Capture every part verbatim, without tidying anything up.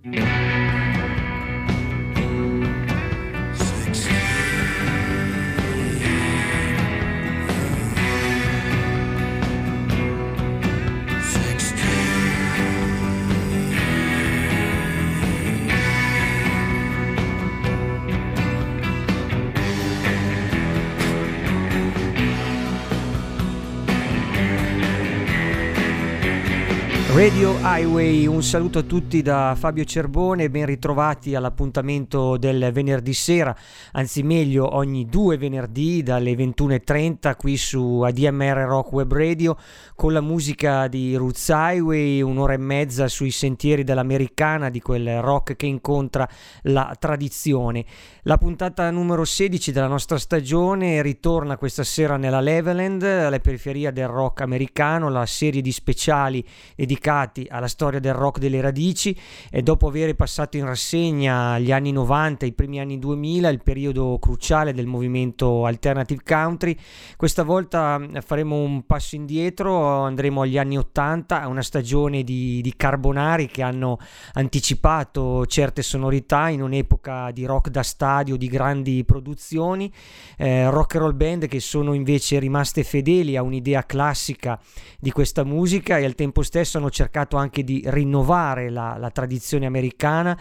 Radio Highway, un saluto a tutti da Fabio Cerbone, ben ritrovati all'appuntamento del venerdì sera, anzi meglio ogni due venerdì dalle ventuno e trenta qui su A D M R Rock Web Radio con la musica di Roots Highway, un'ora e mezza sui sentieri dell'americana, di quel rock che incontra la tradizione. La puntata numero sedici della nostra stagione ritorna questa sera nella Leveland, alla periferia del rock americano, la serie di speciali dedicati alla storia del rock delle radici, e dopo aver passato in rassegna gli anni novanta, i primi anni duemila, il periodo cruciale del movimento alternative country, questa volta faremo un passo indietro, andremo agli anni ottanta, a una stagione di, di carbonari che hanno anticipato certe sonorità in un'epoca di rock da stadio, di grandi produzioni, eh, rock and roll band che sono invece rimaste fedeli a un'idea classica di questa musica e al tempo stesso hanno cercato anche di rinnovare la, la tradizione americana,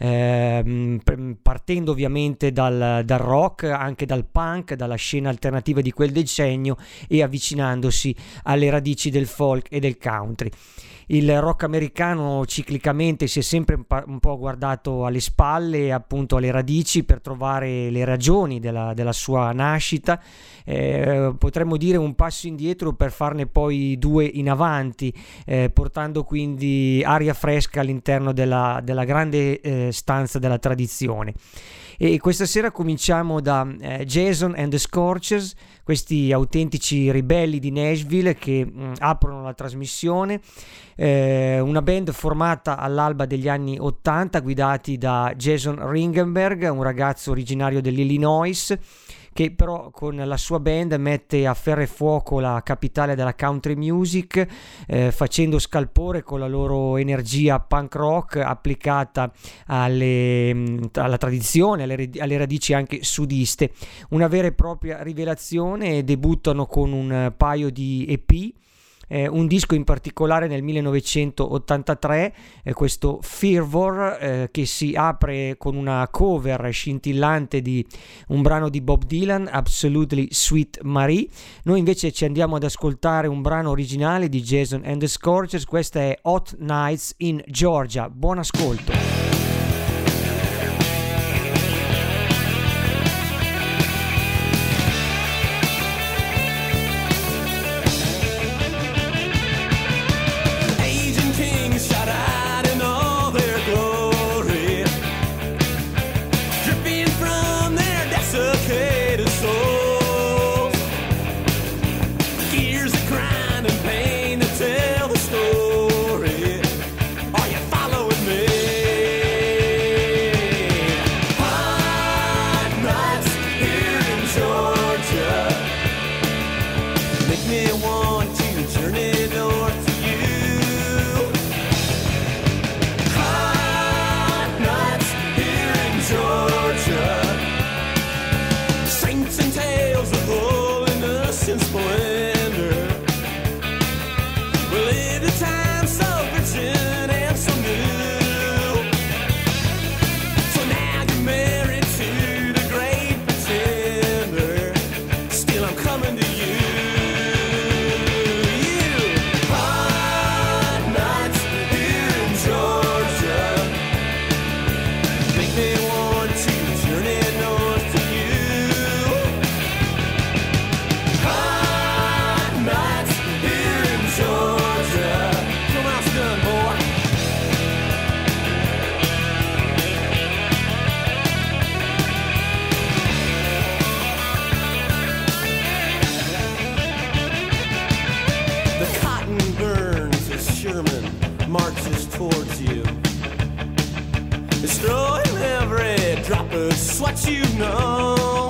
eh, partendo ovviamente dal, dal rock, anche dal punk, dalla scena alternativa di quel decennio e avvicinandosi alle radici del folk e del country. Il rock americano ciclicamente si è sempre un po' guardato alle spalle, appunto alle radici, per trovare le ragioni della, della sua nascita, eh, potremmo dire un passo indietro per farne poi due in avanti, eh, portando quindi aria fresca all'interno della, della grande eh, stanza della tradizione. E questa sera cominciamo da eh, Jason and the Scorchers, questi autentici ribelli di Nashville che mh, aprono la trasmissione, eh, una band formata all'alba degli anni ottanta, guidati da Jason Ringenberg, un ragazzo originario dell'Illinois, che però con la sua band mette a ferro e fuoco la capitale della country music, eh, facendo scalpore con la loro energia punk rock applicata alle, alla tradizione, alle, alle radici anche sudiste. Una vera e propria rivelazione, debuttano con un paio di E P, Eh, un disco in particolare nel millenovecentottantatré, eh, questo Fervor, eh, che si apre con una cover scintillante di un brano di Bob Dylan, Absolutely Sweet Marie. Noi invece ci andiamo ad ascoltare un brano originale di Jason and the Scorchers, questa è Hot Nights in Georgia. Buon ascolto. What you know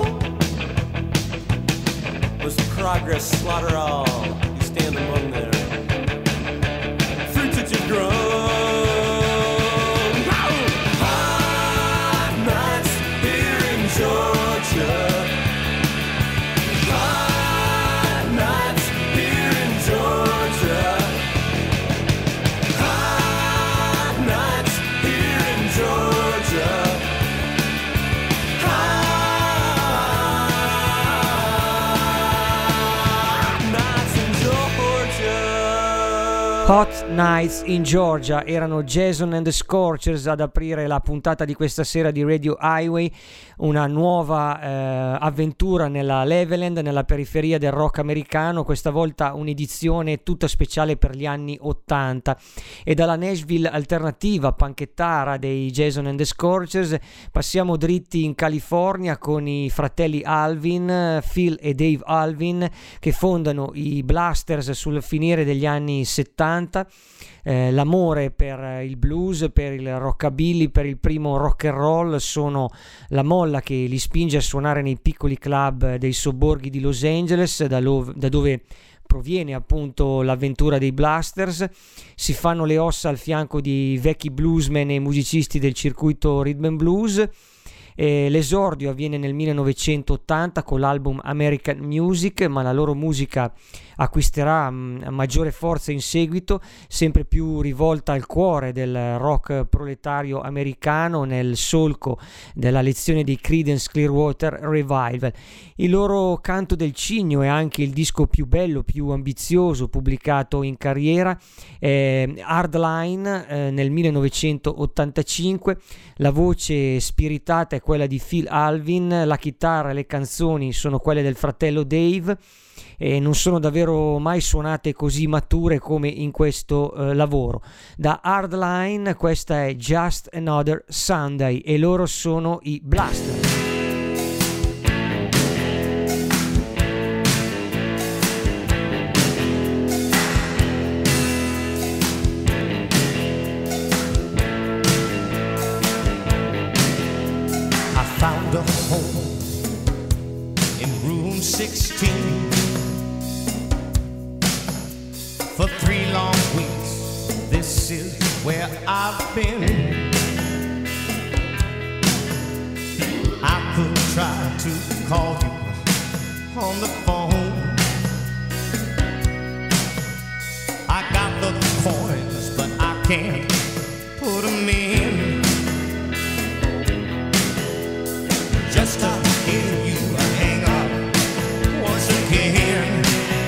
was progress, slaughter all. You stand among their fruits that you've grown. Hot Nights in Georgia erano Jason and the Scorchers ad aprire la puntata di questa sera di Radio Highway, una nuova eh, avventura nella Leveland, nella periferia del rock americano, questa volta un'edizione tutta speciale per gli anni ottanta. E dalla Nashville alternativa panchettara dei Jason and the Scorchers passiamo dritti in California con i fratelli Alvin, Phil e Dave Alvin, che fondano i Blasters sul finire degli anni settanta. Eh, l'amore per il blues, per il rockabilly, per il primo rock and roll sono la molla che li spinge a suonare nei piccoli club dei sobborghi di Los Angeles, da, lo, da dove proviene appunto l'avventura dei Blasters. Si fanno le ossa al fianco di vecchi bluesmen e musicisti del circuito rhythm and blues. E l'esordio avviene nel millenovecentottanta con l'album American Music, ma la loro musica acquisterà mh, maggiore forza in seguito, sempre più rivolta al cuore del rock proletario americano, nel solco della lezione dei Creedence Clearwater Revival. Il loro Canto del Cigno è anche il disco più bello, più ambizioso pubblicato in carriera, eh, Hardline eh, nel millenovecentottantacinque. La voce spiritata è quella di Phil Alvin, la chitarra e le canzoni sono quelle del fratello Dave, e non sono davvero mai suonate così mature come in questo eh, lavoro. Da Hardline questa è Just Another Sunday e loro sono i Blasters. Found a home in room sixteen. For three long weeks, this is where I've been. I could try to call you on the phone. I got the coins, but I can't put them in. Just to hear you hang up once again.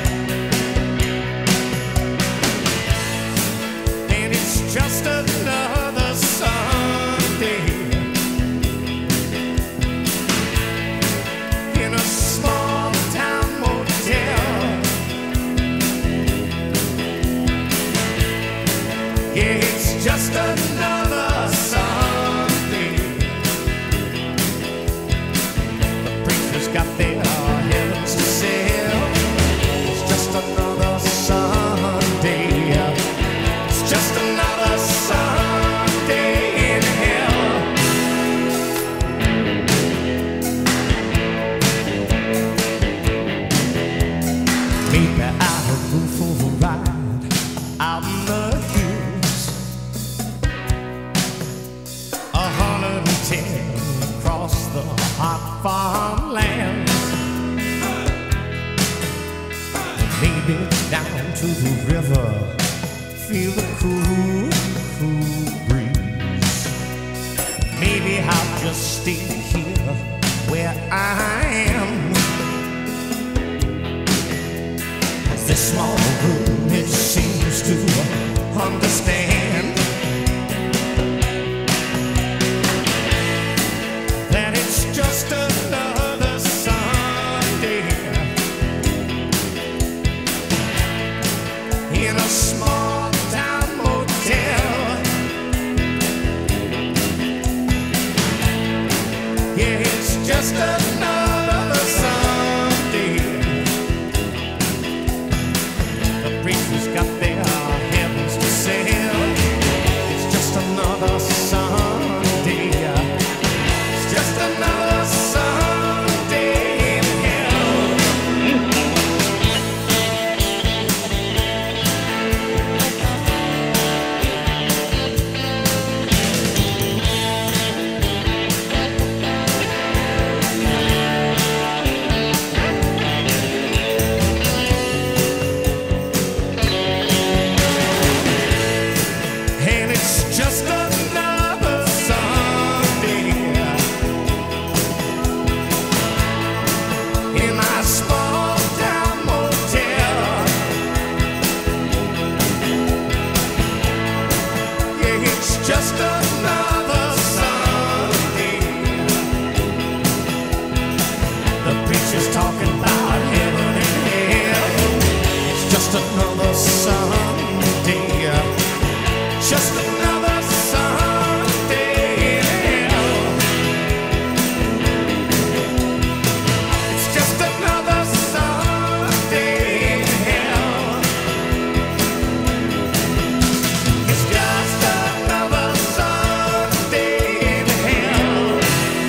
And it's just another Sunday in a small town motel. Yeah, it's just another Sunday. Got their heavens to sail. It's just another Sunday. It's just another Sunday in hell. Maybe I'll go for a ride out in the hills. A hundred and ten across the hot farmland. Maybe down to the river, feel the cool, cool breeze. Maybe I'll just stay here where I am. This small room, it seems to understand that it's just another Sunday in a small town motel. Yeah, it's just another Sunday. The preacher's got their heavens to sail. It's just another Sunday. It's just another Sunday in hell. And it's just another Sunday in my small town motel. just another Sunday. The preacher's talking about heaven and hell. It's just another Sunday. Just another Sunday in hell. It's just another Sunday in hell. It's just another Sunday in hell.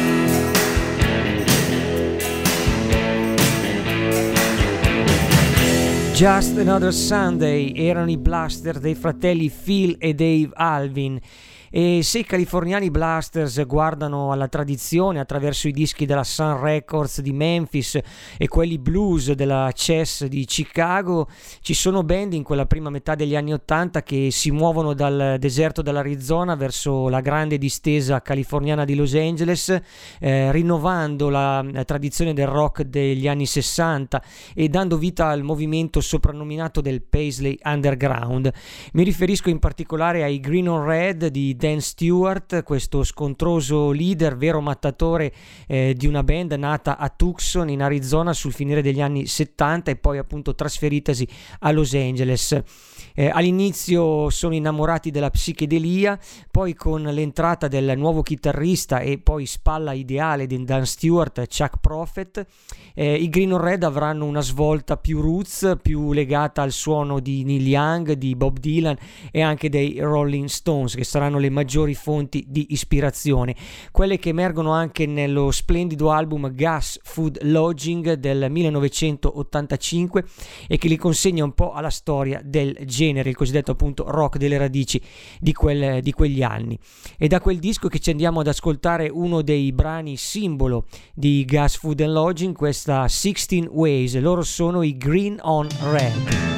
Just Another Sunday erano i Blasters dei fratelli Phil e Dave Alvin. E se i californiani Blasters guardano alla tradizione attraverso i dischi della Sun Records di Memphis e quelli blues della Chess di Chicago, ci sono band in quella prima metà degli anni ottanta che si muovono dal deserto dell'Arizona verso la grande distesa californiana di Los Angeles, eh, rinnovando la, la tradizione del rock degli anni sessanta e dando vita al movimento soprannominato del Paisley Underground. Mi riferisco in particolare ai Green on Red di Dan Stewart, questo scontroso leader, vero mattatore eh, di una band nata a Tucson in Arizona sul finire degli anni settanta e poi appunto trasferitasi a Los Angeles. Eh, all'inizio sono innamorati della psichedelia, poi con l'entrata del nuovo chitarrista e poi spalla ideale di Dan Stewart, Chuck Prophet, eh, i Green on Red avranno una svolta più roots, più legata al suono di Neil Young, di Bob Dylan e anche dei Rolling Stones, che saranno le maggiori fonti di ispirazione, quelle che emergono anche nello splendido album Gas, Food, Lodging del millenovecentottantacinque e che li consegna un po' alla storia del genere, il cosiddetto appunto rock delle radici di, quel, di quegli anni. E da quel disco che ci andiamo ad ascoltare uno dei brani simbolo di Gas, Food and Lodging, questa sixteen Ways. Loro sono i Green on Red.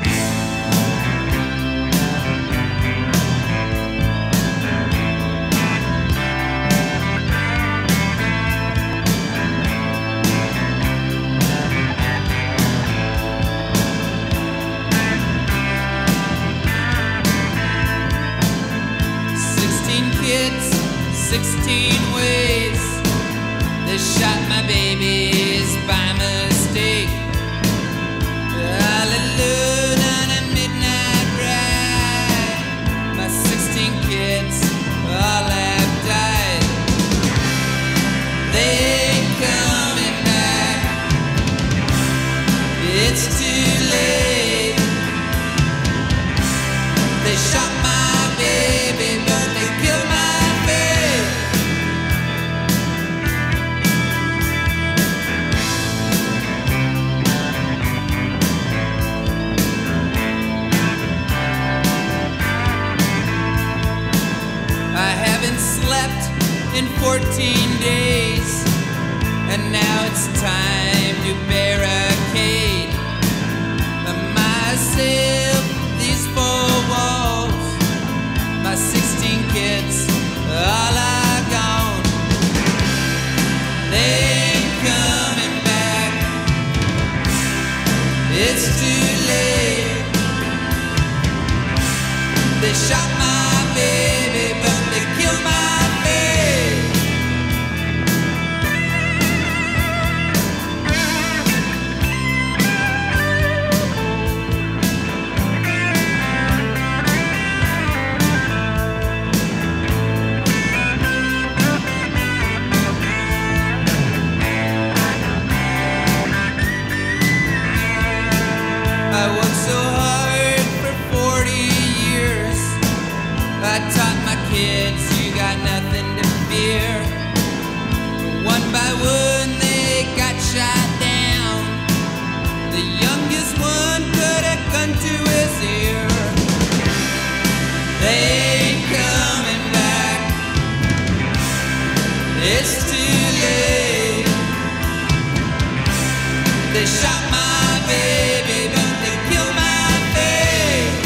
sixteen ways they shot my babies by mistake. Hallelujah on a midnight ride. My sixteen kids all have died. They ain't coming back. It's too late. They shot my baby, but they killed my in fourteen days, and now it's time to barricade myself these four walls. My sixteen kids all are gone. They ain't coming back. It's too late. They shot my baby, but they killed my kids, you got nothing to fear. One by one they got shot down. The youngest one put a gun to his ear. They ain't coming back. It's too late. They shot my baby, but they killed my baby.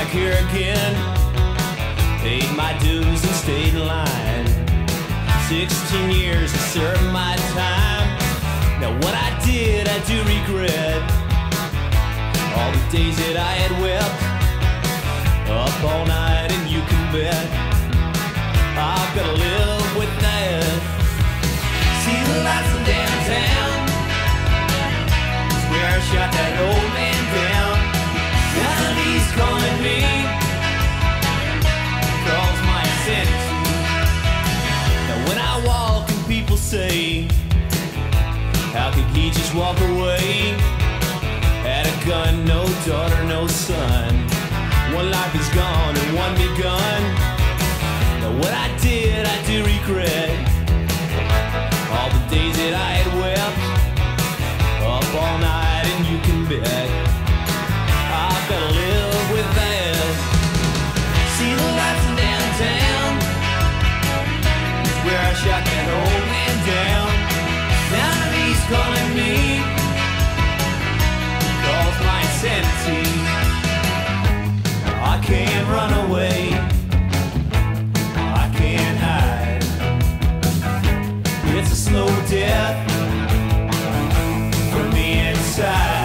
back here again. Paid my dues and stayed in line. Sixteen years I served my time. Now what I did I do regret. All the days that I had wept, up all night and you can bet I've gotta live with that. See the lights in downtown, it's where I shot that old man down. Now he's calling me, calls my insanity. Now when I walk and people say, how could he just walk away? Had a gun, no daughter, no son. One life is gone and one begun. Now what I did, I do regret. All the days that I had wept, up all night and you can bet I've gotta live with that. See the lights in downtown, it's where I shot that old man down. Now he's calling me, calls my insanity. I can't run away, I can't hide. It's a slow death from the inside.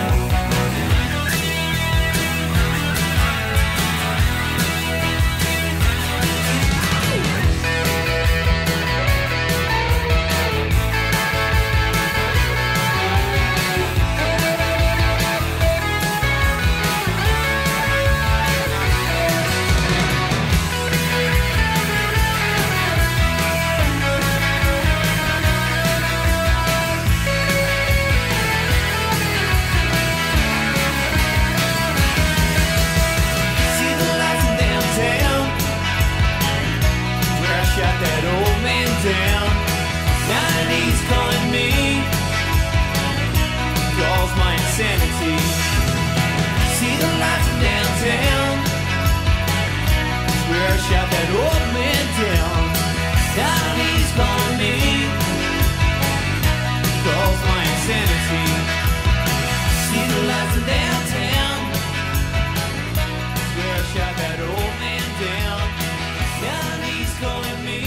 Down. Now he's calling me, calls my insanity. See the lights from downtown, it's where I shot that old man down. Now he's calling me, calls my insanity. See the lights from downtown, it's where I shot that old man down. Now he's calling me.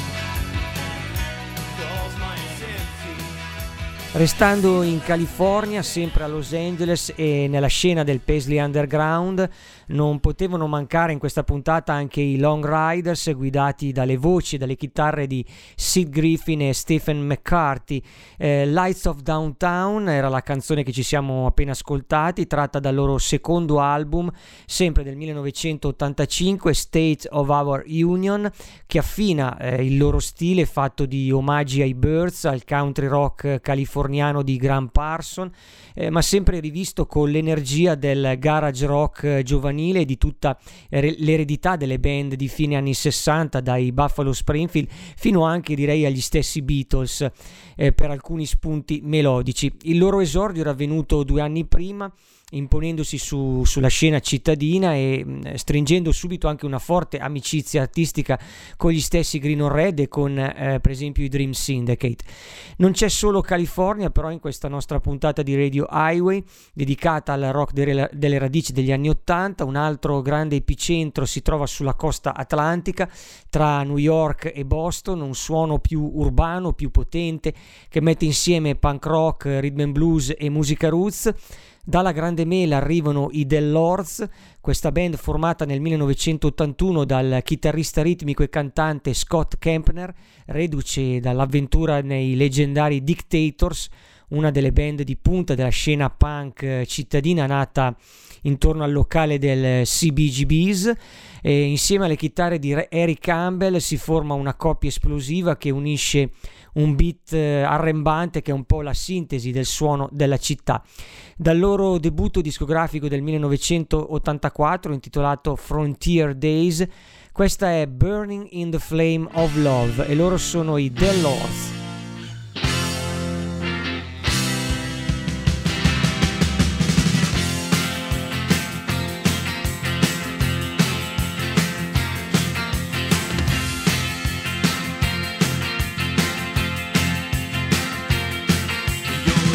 Restando in California, sempre a Los Angeles e nella scena del Paisley Underground, non potevano mancare in questa puntata anche i Long Riders, guidati dalle voci e dalle chitarre di Sid Griffin e Stephen McCarthy. eh, Lights of Downtown era la canzone che ci siamo appena ascoltati, tratta dal loro secondo album, sempre del millenovecentottantacinque, State of Our Union, che affina eh, il loro stile fatto di omaggi ai Byrds, al country rock californiano di Graham Parsons, eh, ma sempre rivisto con l'energia del garage rock giovanile e di tutta eh, l'eredità delle band di fine anni sessanta, dai Buffalo Springfield fino anche direi agli stessi Beatles, eh, per alcuni spunti melodici. Il loro esordio era avvenuto due anni prima, imponendosi su, sulla scena cittadina e mh, stringendo subito anche una forte amicizia artistica con gli stessi Green on Red e con eh, per esempio i Dream Syndicate. Non c'è solo California però in questa nostra puntata di Radio Highway dedicata al rock delle, delle radici degli anni ottanta. Un altro grande epicentro si trova sulla costa atlantica tra New York e Boston, un suono più urbano, più potente, che mette insieme punk rock, rhythm and blues e musica roots. Dalla Grande Mela arrivano i The Lords, questa band formata nel millenovecentottantuno dal chitarrista ritmico e cantante Scott Kempner, reduce dall'avventura nei leggendari Dictators, una delle band di punta della scena punk cittadina nata intorno al locale del C B G B's. E insieme alle chitarre di Eric Campbell si forma una coppia esplosiva che unisce un beat arrembante che è un po' la sintesi del suono della città. Dal loro debutto discografico del millenovecentottantaquattro intitolato Frontier Days, questa è Burning in the Flame of Love e loro sono i The Lords.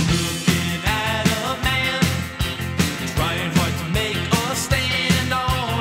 Trying hard to make a stand on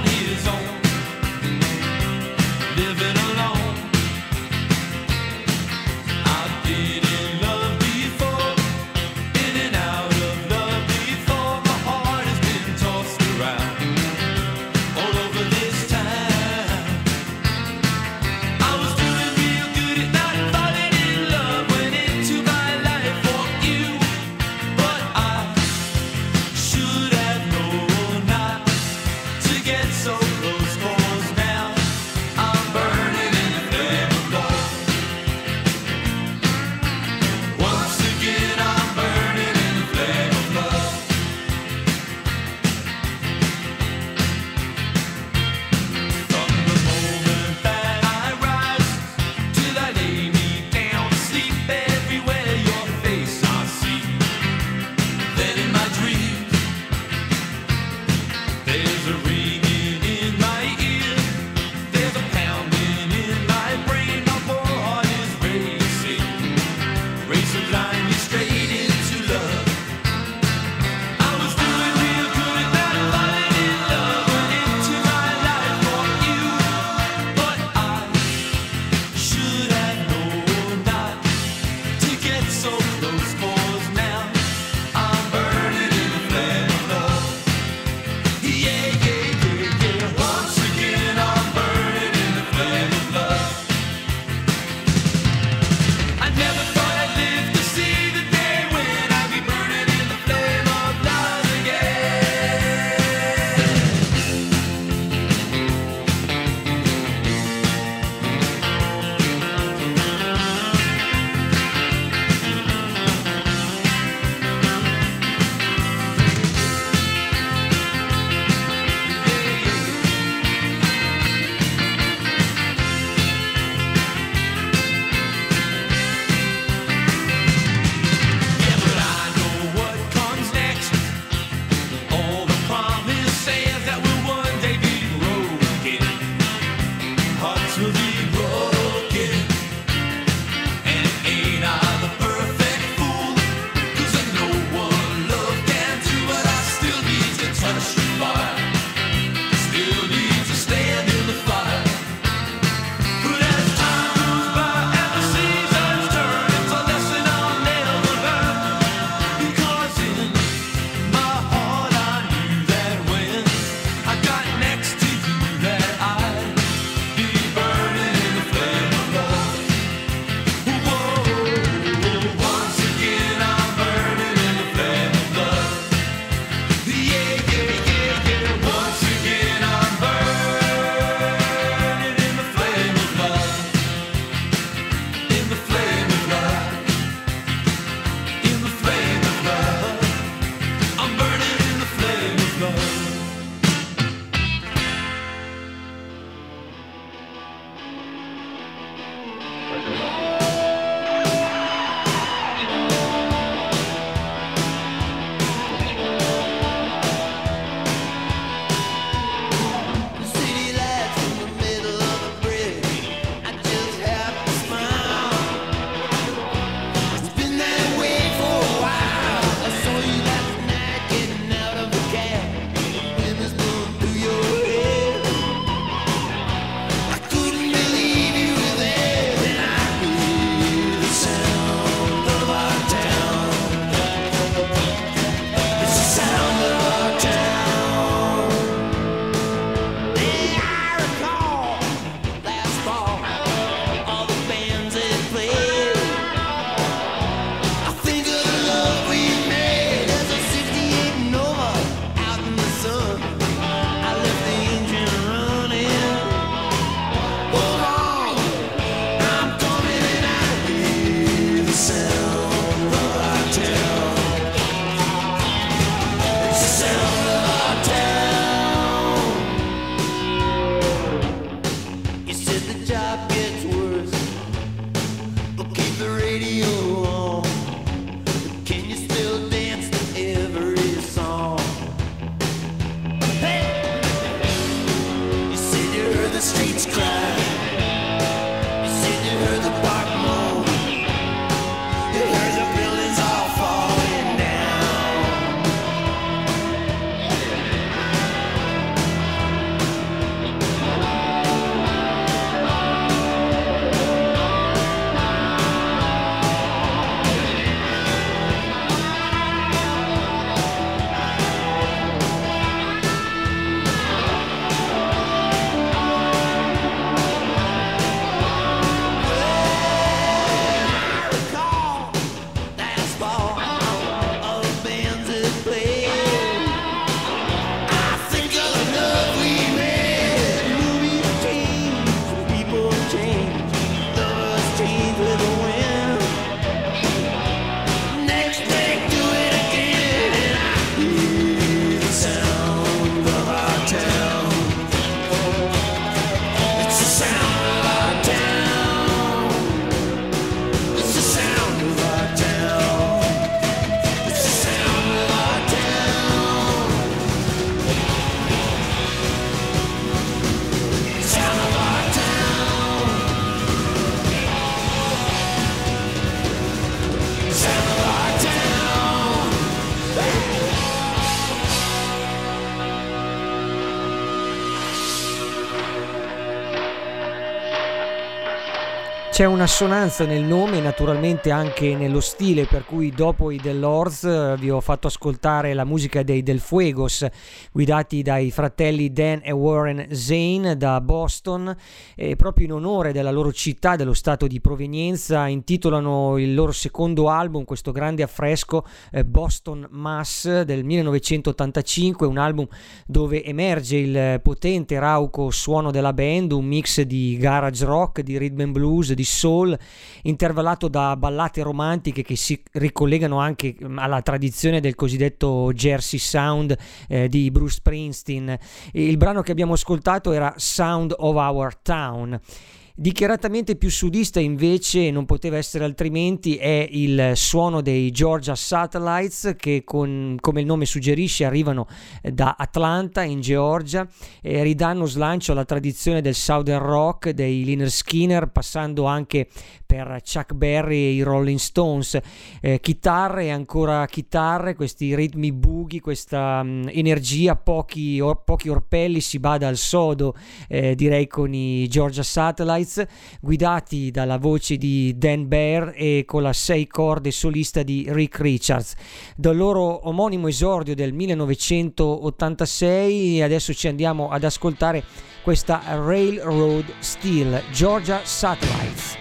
C'è un'assonanza nel nome e naturalmente anche nello stile, per cui dopo i The Lords vi ho fatto ascoltare la musica dei Del Fuegos, guidati dai fratelli Dan e Warren Zane da Boston, e proprio in onore della loro città, dello stato di provenienza, intitolano il loro secondo album, questo grande affresco, eh, Boston Mass del millenovecentottantacinque, un album dove emerge il potente rauco suono della band, un mix di garage rock, di rhythm and blues, di soul, intervallato da ballate romantiche che si ricollegano anche alla tradizione del cosiddetto Jersey Sound eh, di Bruce Springsteen. Il brano che abbiamo ascoltato era Sound of Our Town. Dichiaratamente più sudista invece, non poteva essere altrimenti, è il suono dei Georgia Satellites, che con, come il nome suggerisce arrivano da Atlanta in Georgia e ridanno slancio alla tradizione del Southern Rock dei Lynyrd Skynyrd, passando anche per Chuck Berry e i Rolling Stones. Eh, chitarre e ancora chitarre, questi ritmi boogie, questa um, energia, pochi, or, pochi orpelli, si bada al sodo, eh, direi, con i Georgia Satellites, guidati dalla voce di Dan Baer e con la sei corde solista di Rick Richards. Dal loro omonimo esordio del millenovecentottantasei adesso ci andiamo ad ascoltare questa Railroad Steel, Georgia Satellites.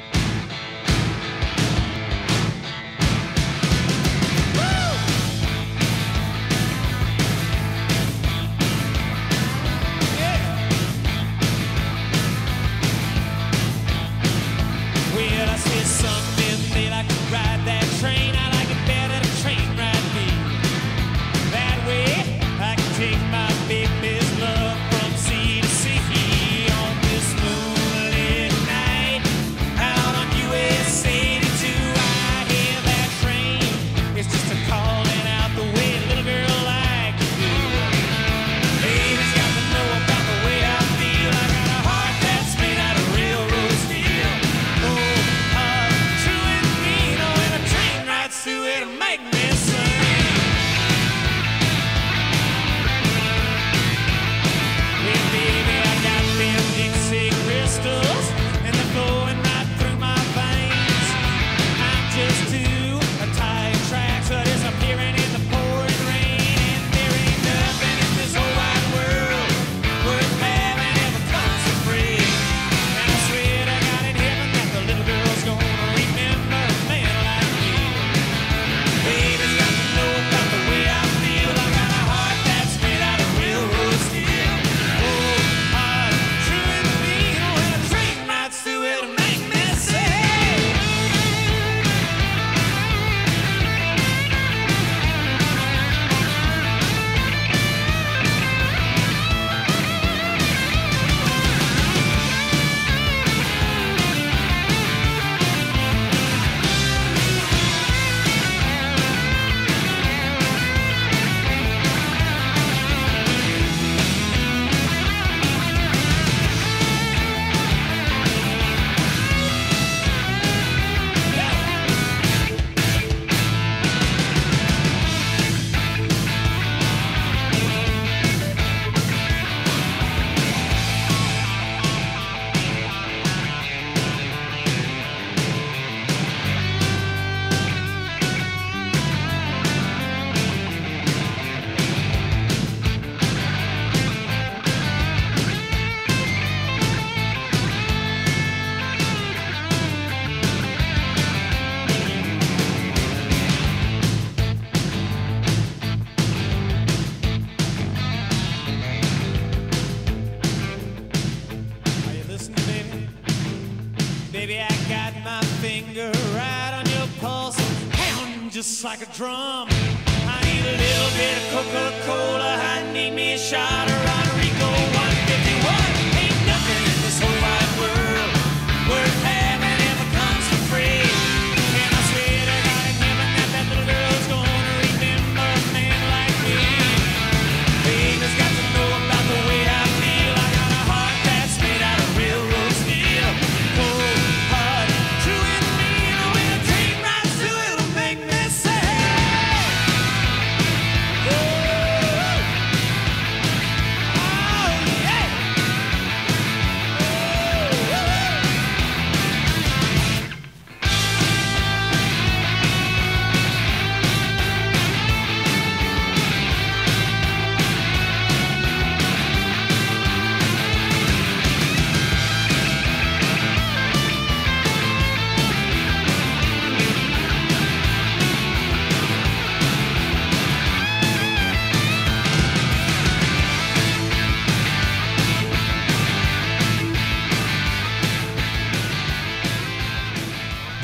Like a drum, I need a little bit of Coca-Cola. I need me a shot of Rodrigo one fifty-one. Ain't nothing in this whole wide world worth having if it comes for free. And I swear to God in heaven that that little girl's gonna remember a man like me. Baby's got to know about the way I feel. I got a heart that's made out of railroad steel. Cold, hard, true and mean. When a train rides through, it'll make me say, oh,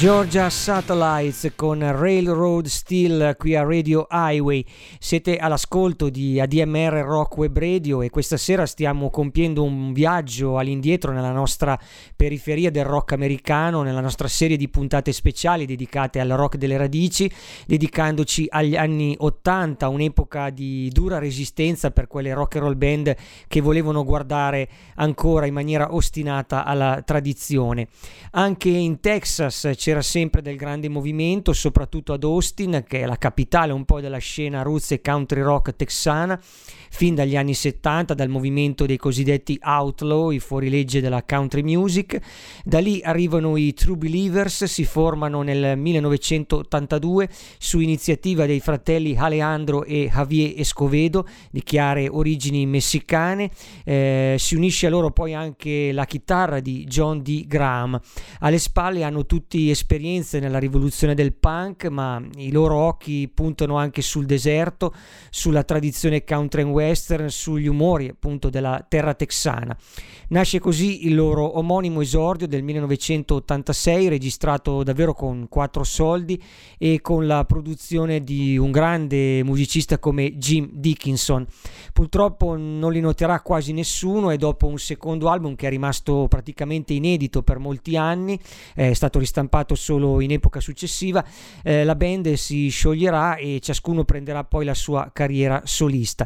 Georgia Satellites con Railroad Steel qui a Radio Highway. Siete all'ascolto di A D M R Rock Web Radio e questa sera stiamo compiendo un viaggio all'indietro nella nostra periferia del rock americano, nella nostra serie di puntate speciali dedicate al rock delle radici, dedicandoci agli anni ottanta, un'epoca di dura resistenza per quelle rock and roll band che volevano guardare ancora in maniera ostinata alla tradizione. Anche in Texas c'è c'era sempre del grande movimento, soprattutto ad Austin, che è la capitale un po' della scena roots e country rock texana, fin dagli anni settanta, dal movimento dei cosiddetti outlaw, i fuorilegge della country music. Da lì arrivano i True Believers, si formano nel millenovecentottantadue su iniziativa dei fratelli Alejandro e Javier Escovedo, di chiare origini messicane. Eh, si unisce a loro poi anche la chitarra di John D. Graham. Alle spalle hanno tutti esperienze nella rivoluzione del punk, ma i loro occhi puntano anche sul deserto, sulla tradizione country and western, sugli umori appunto della terra texana. Nasce così il loro omonimo esordio del millenovecentottantasei, registrato davvero con quattro soldi e con la produzione di un grande musicista come Jim Dickinson. Purtroppo non li noterà quasi nessuno e dopo un secondo album che è rimasto praticamente inedito per molti anni, è stato ristampato solo in epoca successiva, eh, la band si scioglierà e ciascuno prenderà poi la sua carriera solista.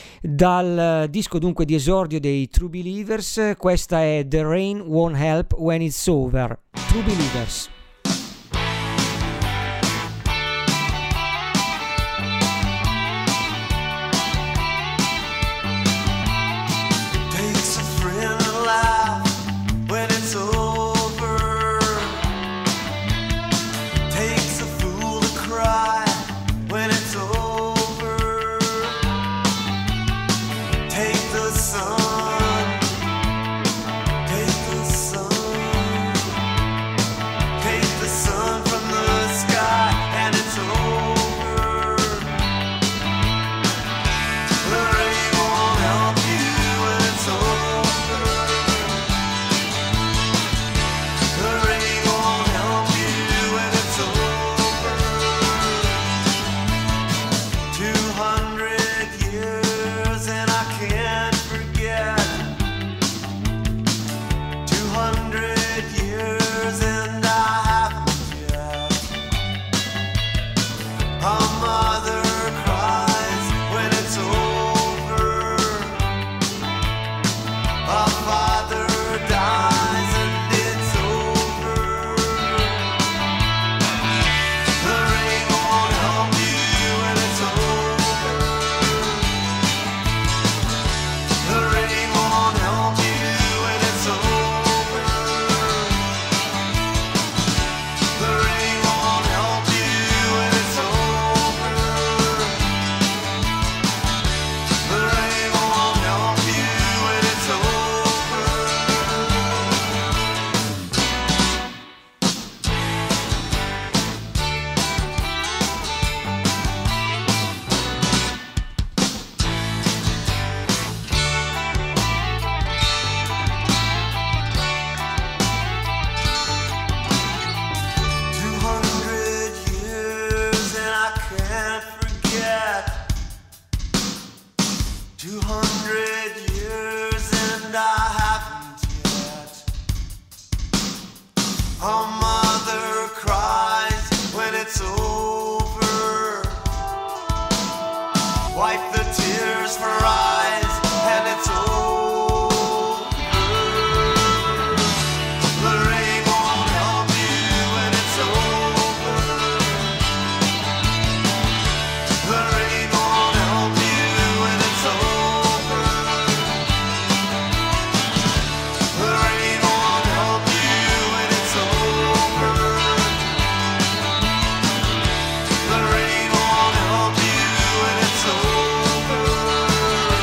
Dal disco dunque di esordio dei True Believers, questa è The Rain Won't Help When It's Over. True Believers. The rain won't help you when it's over.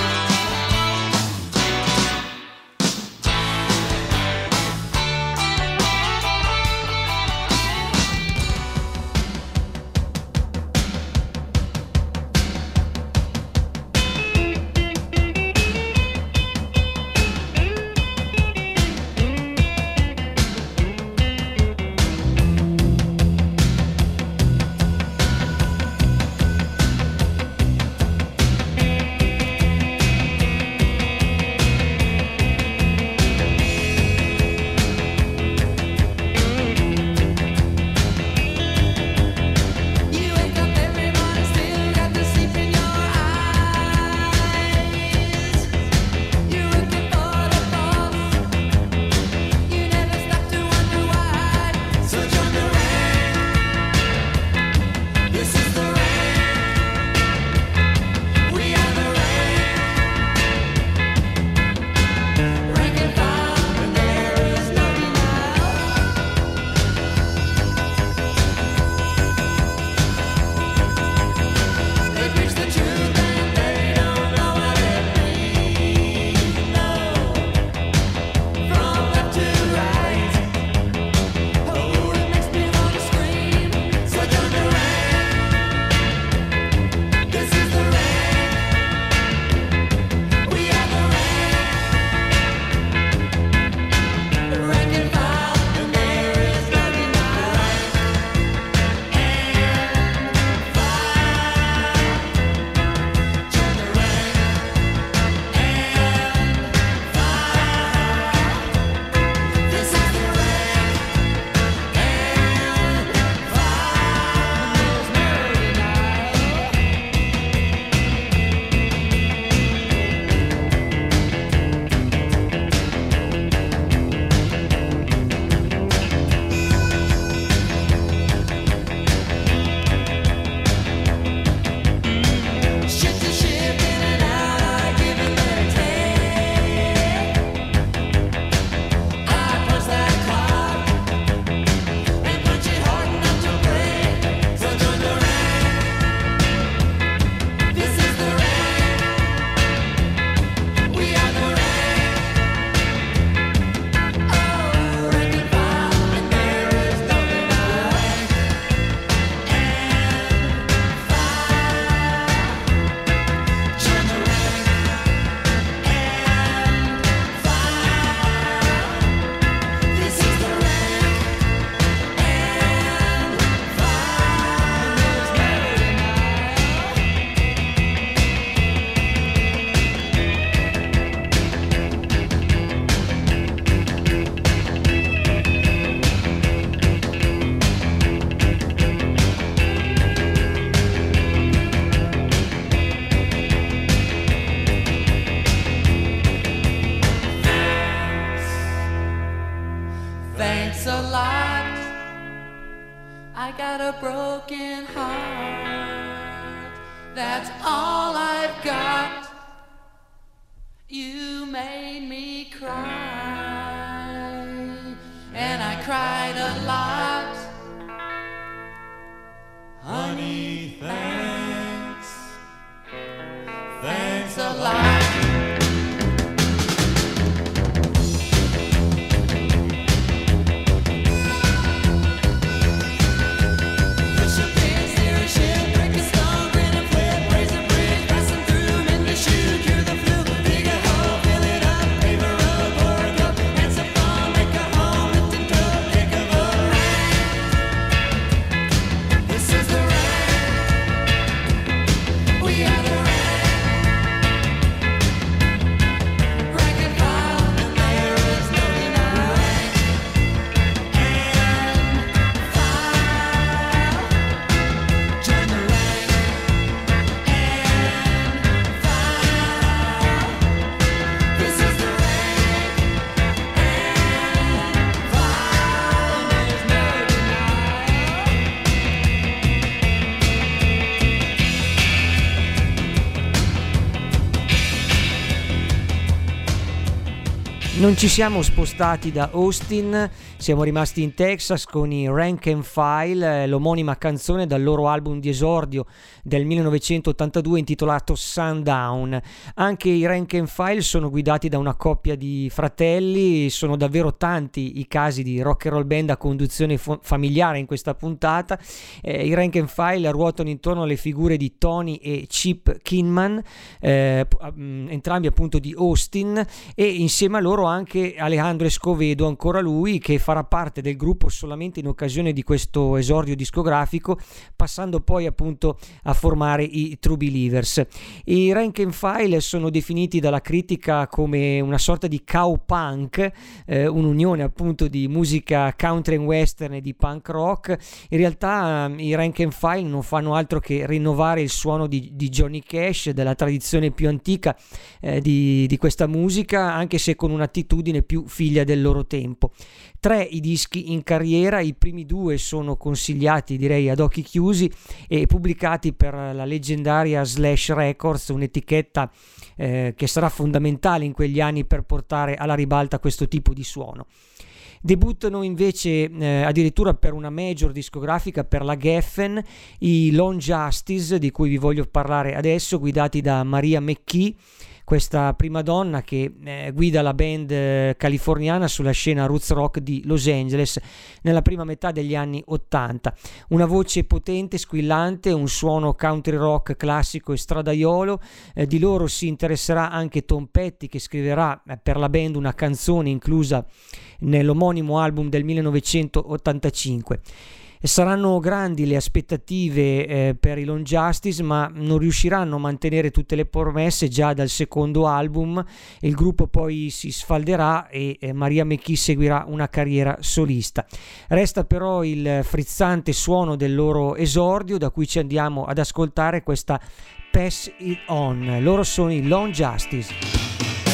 Non ci siamo spostati da Austin, siamo rimasti in Texas con i Rank and File, l'omonima canzone dal loro album di esordio del millenovecentottantadue intitolato Sundown. Anche i Rank and File sono guidati da una coppia di fratelli, sono davvero tanti i casi di rock and roll band a conduzione fo- familiare in questa puntata. Eh, I Rank and File ruotano intorno alle figure di Tony e Chip Kinman, eh, entrambi appunto di Austin, e insieme a loro anche Alejandro Escovedo, ancora lui, che farà parte del gruppo solamente in occasione di questo esordio discografico, passando poi appunto a formare i True Believers. I Rank and File sono definiti dalla critica come una sorta di cowpunk, eh, un'unione appunto di musica country and western e di punk rock. In realtà i Rank and File non fanno altro che rinnovare il suono di, di Johnny Cash, della tradizione più antica eh, di, di questa musica, anche se con un'attitudine più figlia del loro tempo. Tre i dischi in carriera, i primi due sono consigliati direi ad occhi chiusi e pubblicati per la leggendaria Slash Records, un'etichetta eh, che sarà fondamentale in quegli anni per portare alla ribalta questo tipo di suono. Debuttano invece eh, addirittura per una major discografica, per la Geffen, i Lone Justice, di cui vi voglio parlare adesso, guidati da Maria McKee, questa prima donna che eh, guida la band eh, californiana sulla scena roots rock di Los Angeles nella prima metà degli anni ottanta. Una voce potente, squillante, un suono country rock classico e stradaiolo. Eh, di loro si interesserà anche Tom Petty, che scriverà eh, per la band una canzone inclusa nell'omonimo album del millenovecentottantacinque. Saranno grandi le aspettative eh, per i Lone Justice, ma non riusciranno a mantenere tutte le promesse già dal secondo album. Il gruppo poi si sfalderà e eh, Maria McKee seguirà una carriera solista. Resta però il frizzante suono del loro esordio, da cui ci andiamo ad ascoltare questa Pass It On. Loro sono i Lone Justice.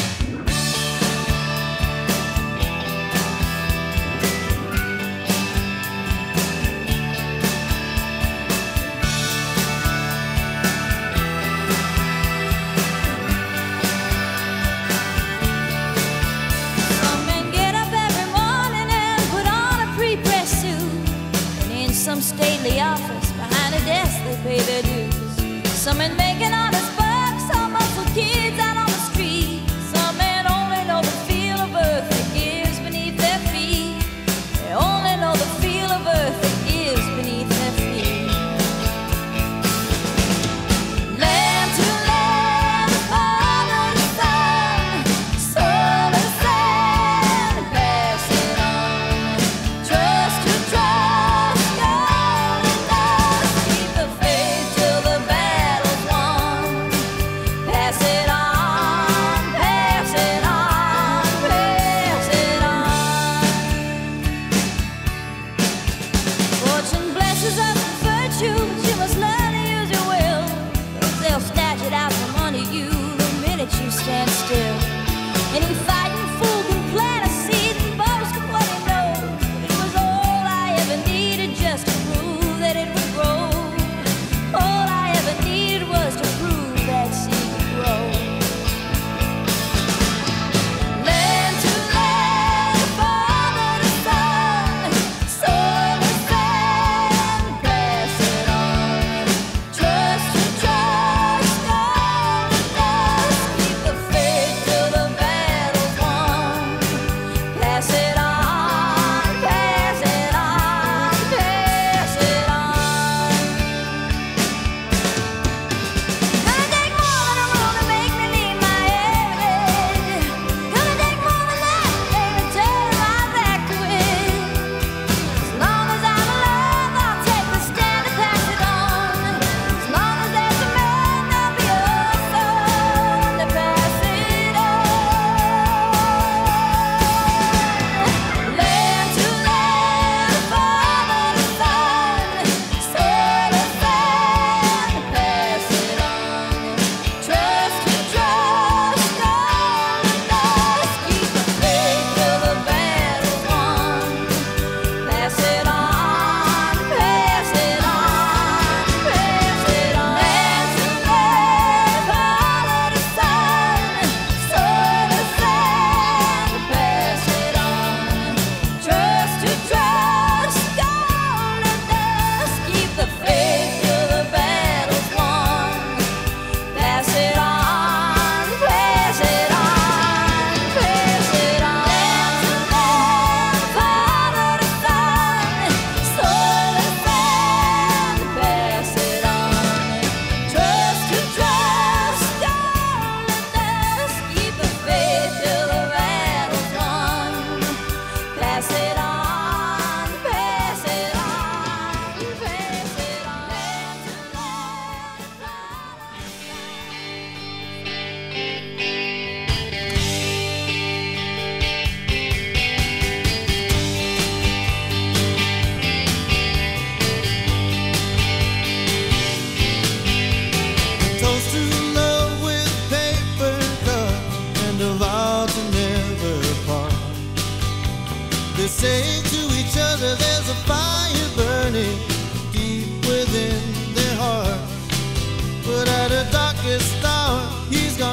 Stately office behind a desk they pay their dues. Some men making honest bucks, some muscle kids out on the street. Some men only know the feel of earth that gives beneath their feet. They only know the feel of earth that gives beneath their feet. Land to land, father to son, soul to sand, pass it on. Trust to trust. Keep the faith till the battle's won.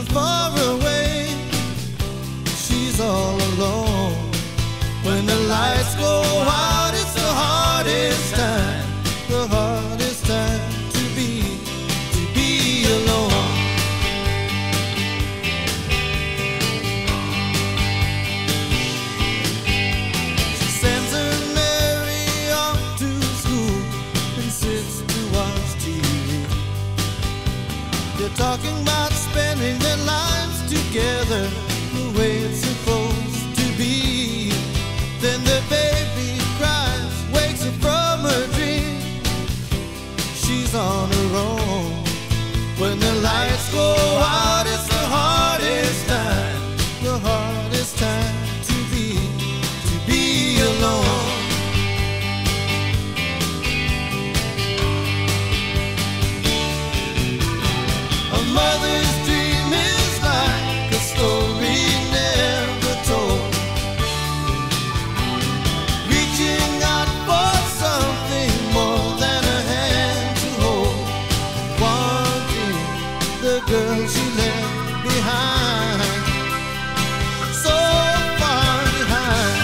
gone far away. She's all alone. When the lights go out, it's the hardest time, the hardest time to be, to be alone. She sends her Mary off to school and sits to watch T V. They're talking about spending their lives together the way it's supposed to be. Then the baby cries, wakes up from her dream. She's on her own. When the lights go out, it's the hardest time, the hardest time to be, to be alone. A mother's dream is like a story never told, reaching out for something more than a hand to hold, wanting the girl she left behind, so far behind.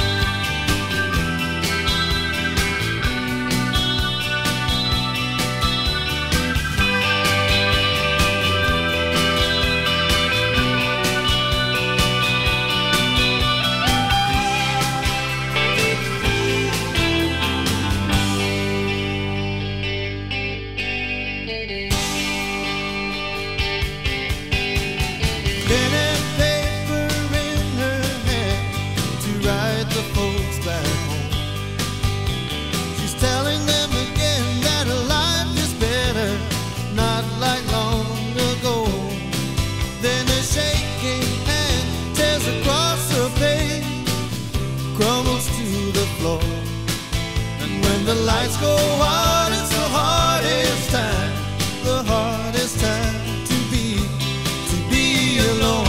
Pen and paper in her hand to write the folks back home. She's telling them again that her life is better, not like long ago. Then a shaking hand tears across her page, crumbles to the floor. And when the lights go out, it's the hardest time, the hardest time to be, to be alone.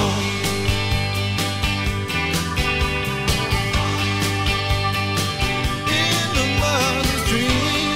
In a mother's dream.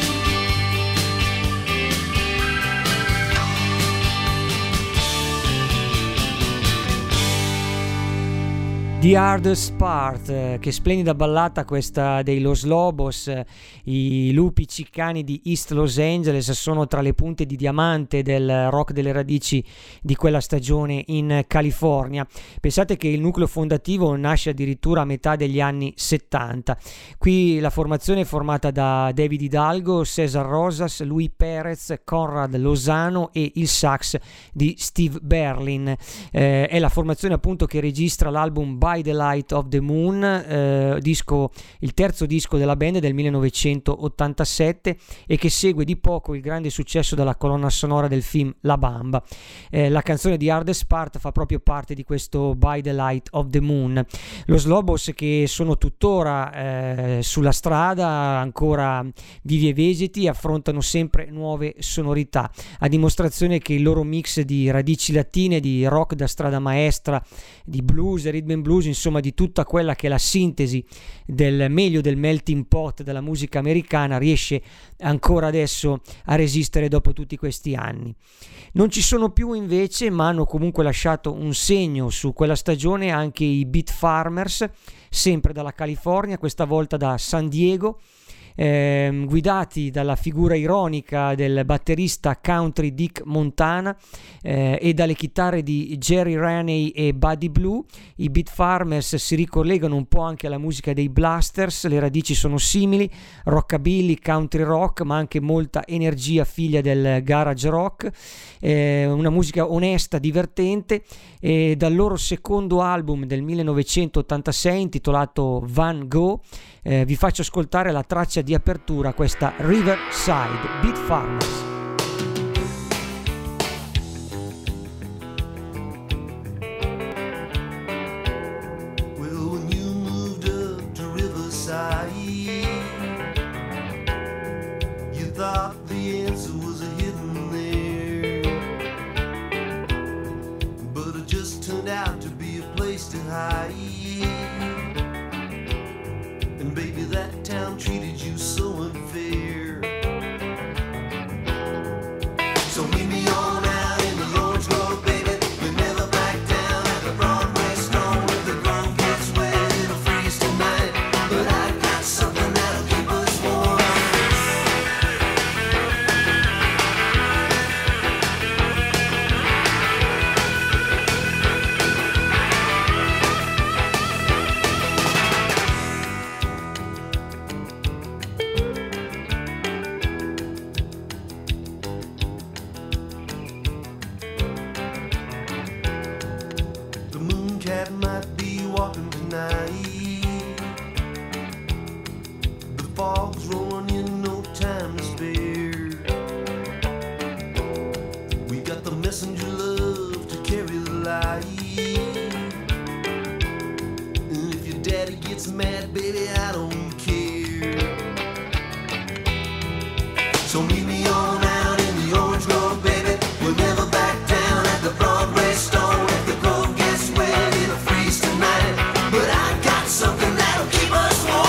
The Hardest Part, eh, che splendida ballata questa dei Los Lobos, eh, i lupi ciccani di East Los Angeles, sono tra le punte di diamante del rock delle radici di quella stagione in California. Pensate che il nucleo fondativo nasce addirittura a metà degli anni settanta. Qui la formazione è formata da David Hidalgo, Cesar Rosas, Luis Perez, Conrad Lozano e il sax di Steve Berlin. Eh, è la formazione appunto che registra l'album By the Light of the Moon, eh, disco, il terzo disco della band del millenovecentottantasette, e che segue di poco il grande successo della colonna sonora del film La Bamba. Eh, la canzone di Hardest Part fa proprio parte di questo By the Light of the Moon. Los Lobos, che sono tuttora eh, sulla strada, ancora vivi e vegeti, affrontano sempre nuove sonorità, a dimostrazione che il loro mix di radici latine, di rock da strada maestra, di blues, rhythm and blues, insomma di tutta quella che è la sintesi del meglio del melting pot della musica americana, riesce ancora adesso a resistere dopo tutti questi anni. Non ci sono più invece, ma hanno comunque lasciato un segno su quella stagione, anche i Beat Farmers, sempre dalla California, questa volta da San Diego, eh, guidati dalla figura ironica del batterista country Dick Montana eh, e dalle chitarre di Jerry Raney e Buddy Blue. I Beat Farmers si ricollegano un po' anche alla musica dei Blasters, le radici sono simili, rockabilly, country rock, ma anche molta energia figlia del garage rock, eh, una musica onesta, divertente. E dal loro secondo album del millenovecentottantasei intitolato Van Gogh eh, vi faccio ascoltare la traccia di apertura, questa Riverside, Beat Farmers. Well, when you moved up to Riverside, you thought the answer was hidden there, but it just turned out to be a place to hide. And baby, that town treated you so unfair. So meet me on out in the Lawrence Road, baby. We've never that might be walking tonight. The fog's rolling in, no time to spare. We got the messenger love to carry the light. And if your daddy gets mad, baby, I don't care. So meet me on out in the orange grove, baby. We'll never back down at the Broadway stone. If the grove gets wet, it'll freeze tonight. But I got something that'll keep us warm.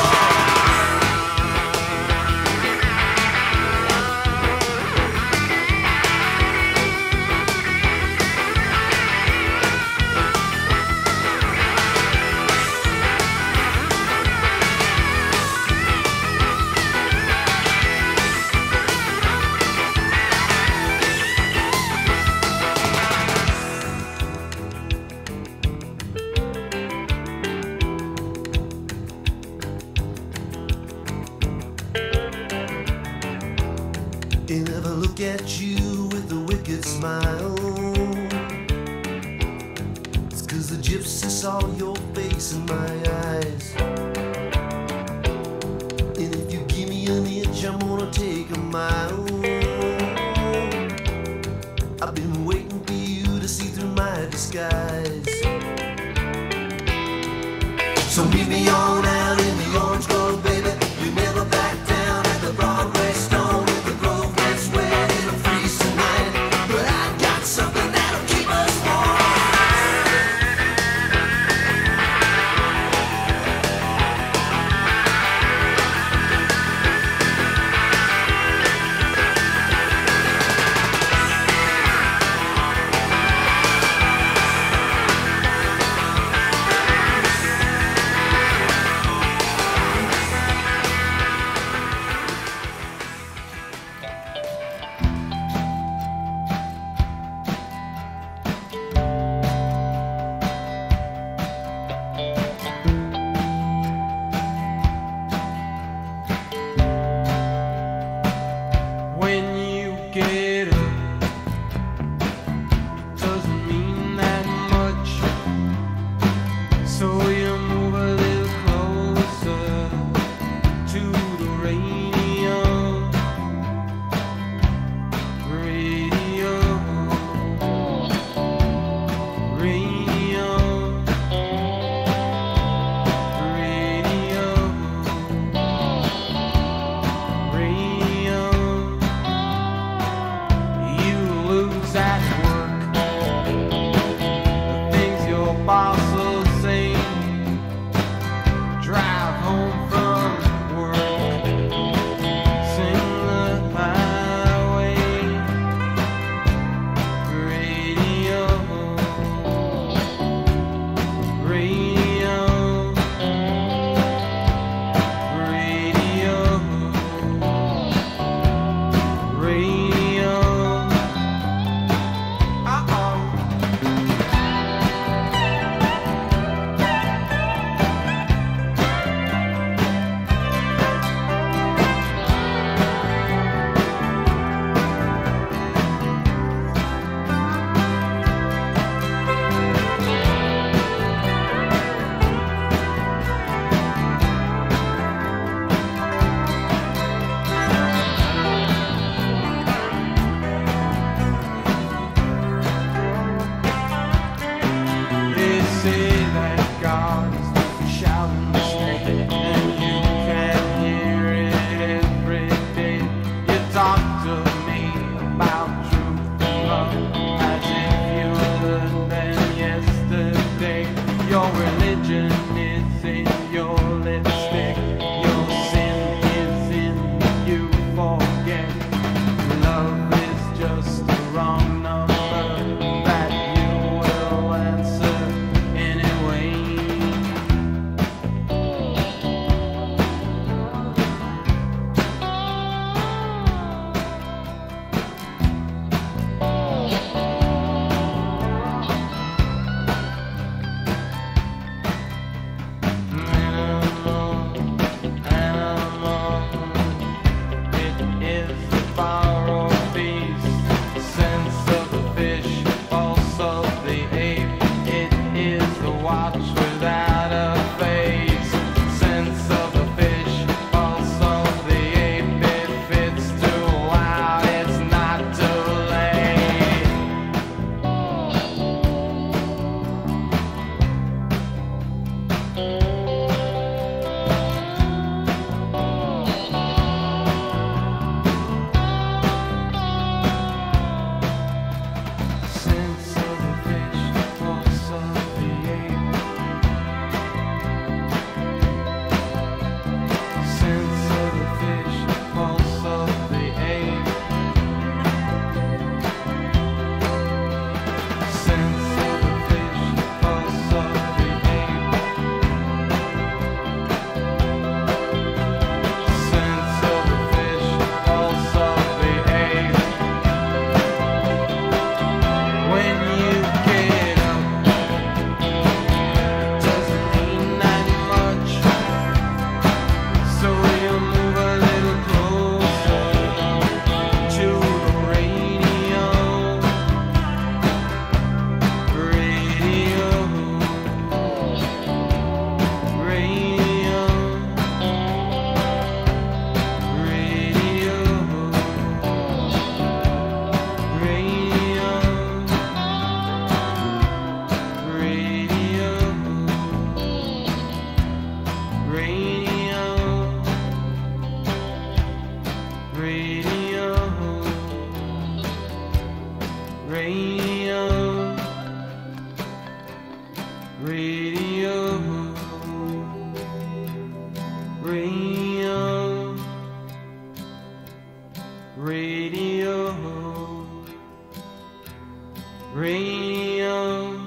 And if I look at you with a wicked smile, it's 'cause the gypsy saw your face in my eyes. And if you give me an inch, I'm gonna take a mile. I've been waiting for you to see through my disguise. So meet me on out in the orange grove, baby. We never back down at the Broadway stone. If the grove gets wet, it'll freeze tonight. But I got something that'll keep us warm. When you get up, it doesn't mean that much. So you move a little closer to the radio. Radio. Radio. Radio. Radio. You lose at work the things your boss will say. Drive home from work, sing the highway. Radio. Radio, radio, radio, radio.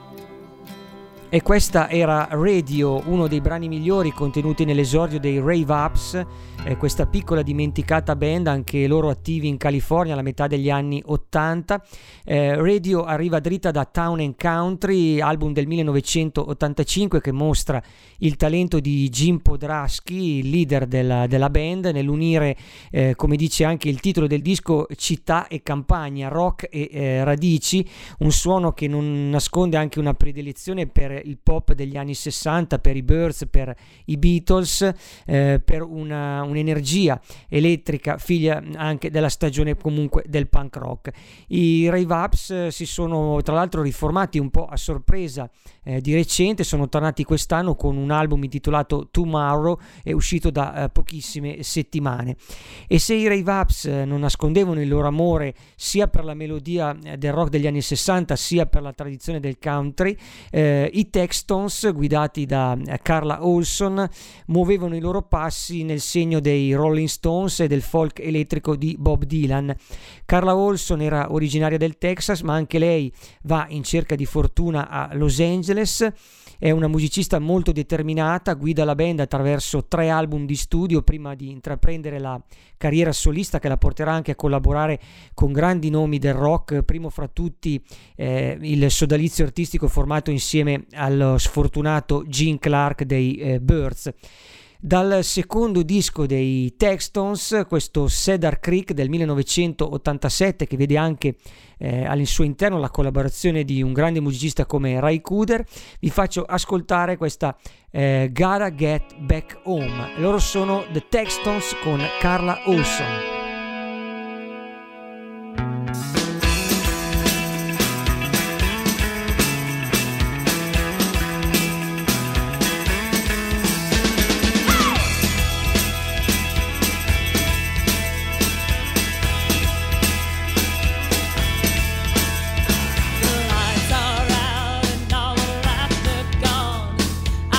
E questa era Radio, uno dei brani migliori contenuti nell'esordio dei Rave Ups, eh, questa piccola dimenticata band, anche loro attivi in California alla metà degli anni ottanta. Eh, Radio arriva dritta da Town and Country, album del millenovecentottantacinque che mostra il talento di Jim Podrasky, il leader della, della band, nell'unire, eh, come dice anche il titolo del disco, città e campagna, rock e eh, radici, un suono che non nasconde anche una predilezione per il pop degli anni sessanta, per i Byrds, per i Beatles, eh, per una, un'energia elettrica figlia anche della stagione comunque del punk rock. I Rave Ups eh, si sono tra l'altro riformati un po' a sorpresa eh, di recente, sono tornati quest'anno con un album intitolato Tomorrow, è uscito da eh, pochissime settimane. E se i Rave Ups eh, non nascondevano il loro amore sia per la melodia eh, del rock degli anni sessanta sia per la tradizione del country, eh, i Textons, guidati da Carla Olson, muovevano i loro passi nel segno dei Rolling Stones e del folk elettrico di Bob Dylan. Carla Olson era originaria del Texas, ma anche lei va in cerca di fortuna a Los Angeles. È una musicista molto determinata, guida la band attraverso tre album di studio prima di intraprendere la carriera solista che la porterà anche a collaborare con grandi nomi del rock, primo fra tutti eh, il sodalizio artistico formato insieme allo sfortunato Gene Clark dei eh, Byrds. Dal secondo disco dei Textons, questo Cedar Creek del millenovecentottantasette, che vede anche eh, al suo interno la collaborazione di un grande musicista come Ray Cooder, vi faccio ascoltare questa eh, Gotta Get Back Home. Loro sono The Textons con Carla Olson.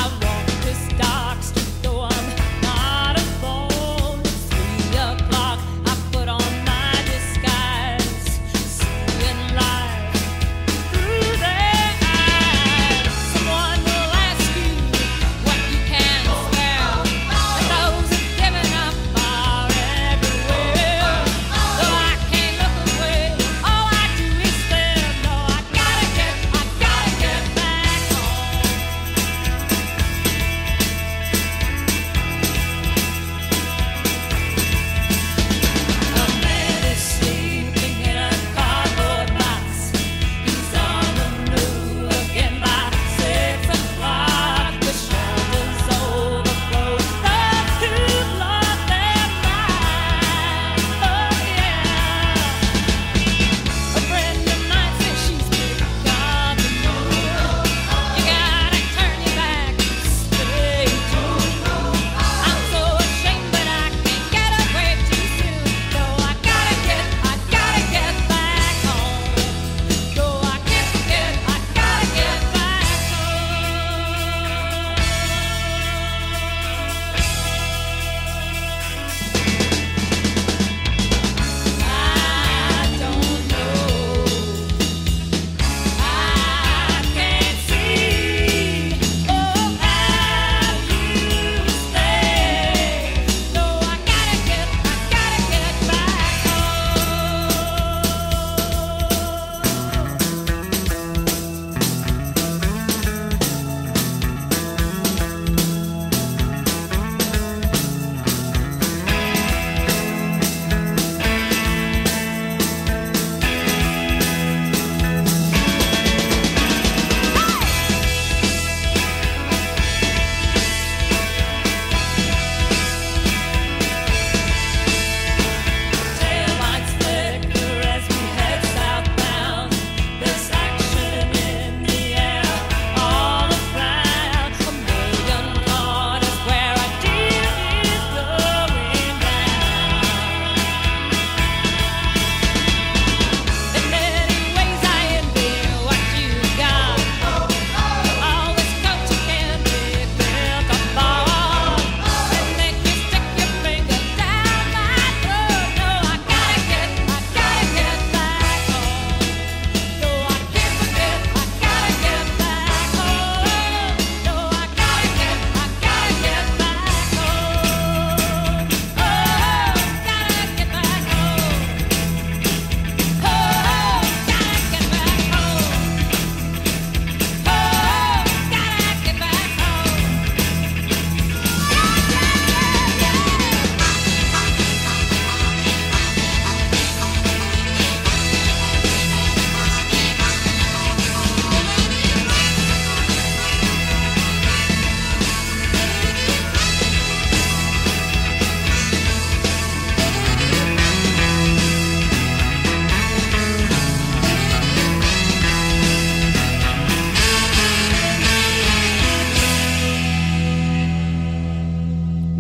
Dark street, though I'm not alone. It's three o'clock.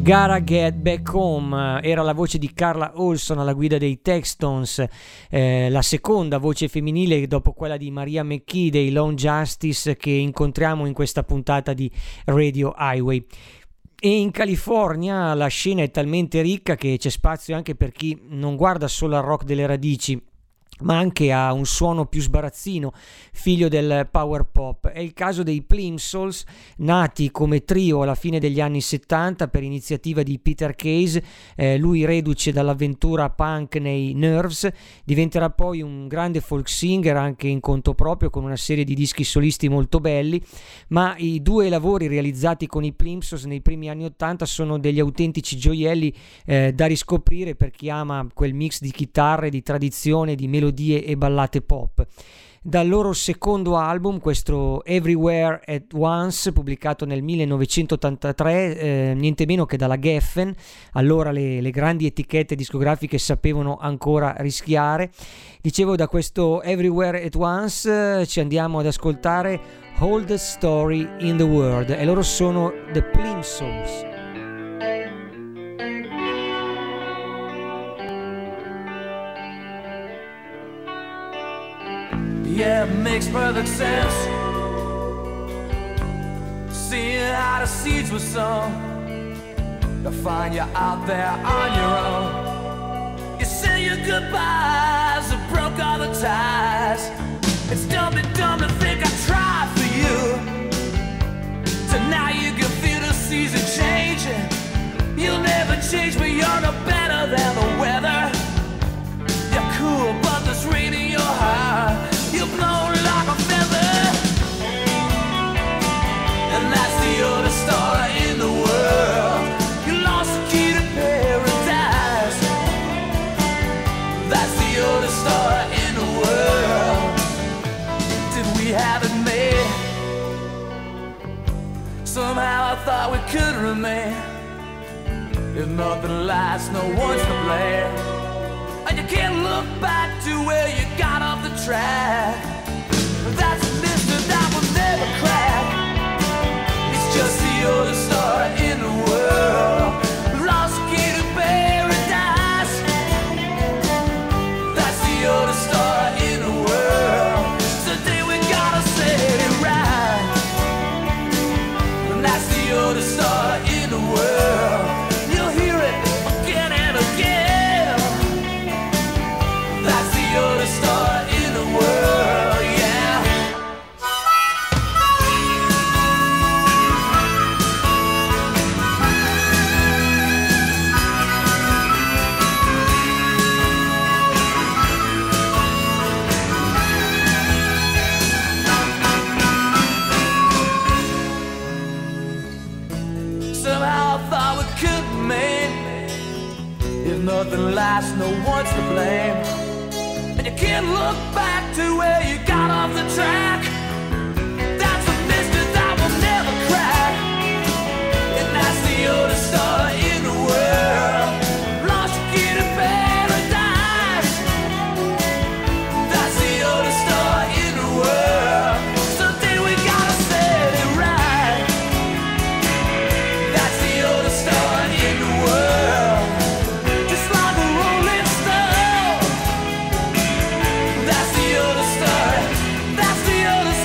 Gotta Get Back Home era la voce di Carla Olson alla guida dei Textons, eh, la seconda voce femminile dopo quella di Maria McKee dei Lone Justice che incontriamo in questa puntata di Radio Highway. E in California la scena è talmente ricca che c'è spazio anche per chi non guarda solo al rock delle radici, ma anche a un suono più sbarazzino, figlio del power pop. È il caso dei Plimsouls, nati come trio alla fine degli anni settanta per iniziativa di Peter Case, eh, lui reduce dall'avventura punk nei Nerves, diventerà poi un grande folk singer anche in conto proprio con una serie di dischi solisti molto belli, ma i due lavori realizzati con i Plimsouls nei primi anni ottanta sono degli autentici gioielli eh, da riscoprire per chi ama quel mix di chitarre, di tradizione, di melodie e ballate pop. Dal loro secondo album, questo Everywhere at Once, pubblicato nel millenovecentottantatré, eh, niente meno che dalla Geffen, allora le, le grandi etichette discografiche sapevano ancora rischiare. Dicevo, da questo Everywhere at Once eh, ci andiamo ad ascoltare Oldest Story in the World, e loro sono The Plimsouls. Yeah, it makes perfect sense. Seeing how the seeds were sown to find you out there on your own. You say your goodbyes and broke all the ties. It's dumb and dumb to think I tried for you. So now you can feel the season changing. You'll never change, but you're no better than the weather. You're cool, but there's rain in your heart. You blow like a feather, and that's the oldest star in the world. You lost the key to paradise. That's the oldest star in the world. Did we have it made? Somehow I thought we could remain. If nothing lasts, no one's to blame. And you can't look back to where you got off the track. That's a mystery that will never crack. It's just the oldest star in the world. Lost key to paradise. That's the oldest star in the world. Today we gotta set it right. And that's the oldest star in the world. You'll hear it again and again. The oldest star in the world, yeah. Somehow I thought we could remain. If nothing lasts, no one's to blame. And you can't look back to where you got off the track. That's a mystery that will never crack. And that's the oldest star in the world. Lost your key to paradise. That's the oldest star in the world. Someday we gotta set it right. That's the oldest star in the world. Just like a rolling stone. That's the oldest star. That's the oldest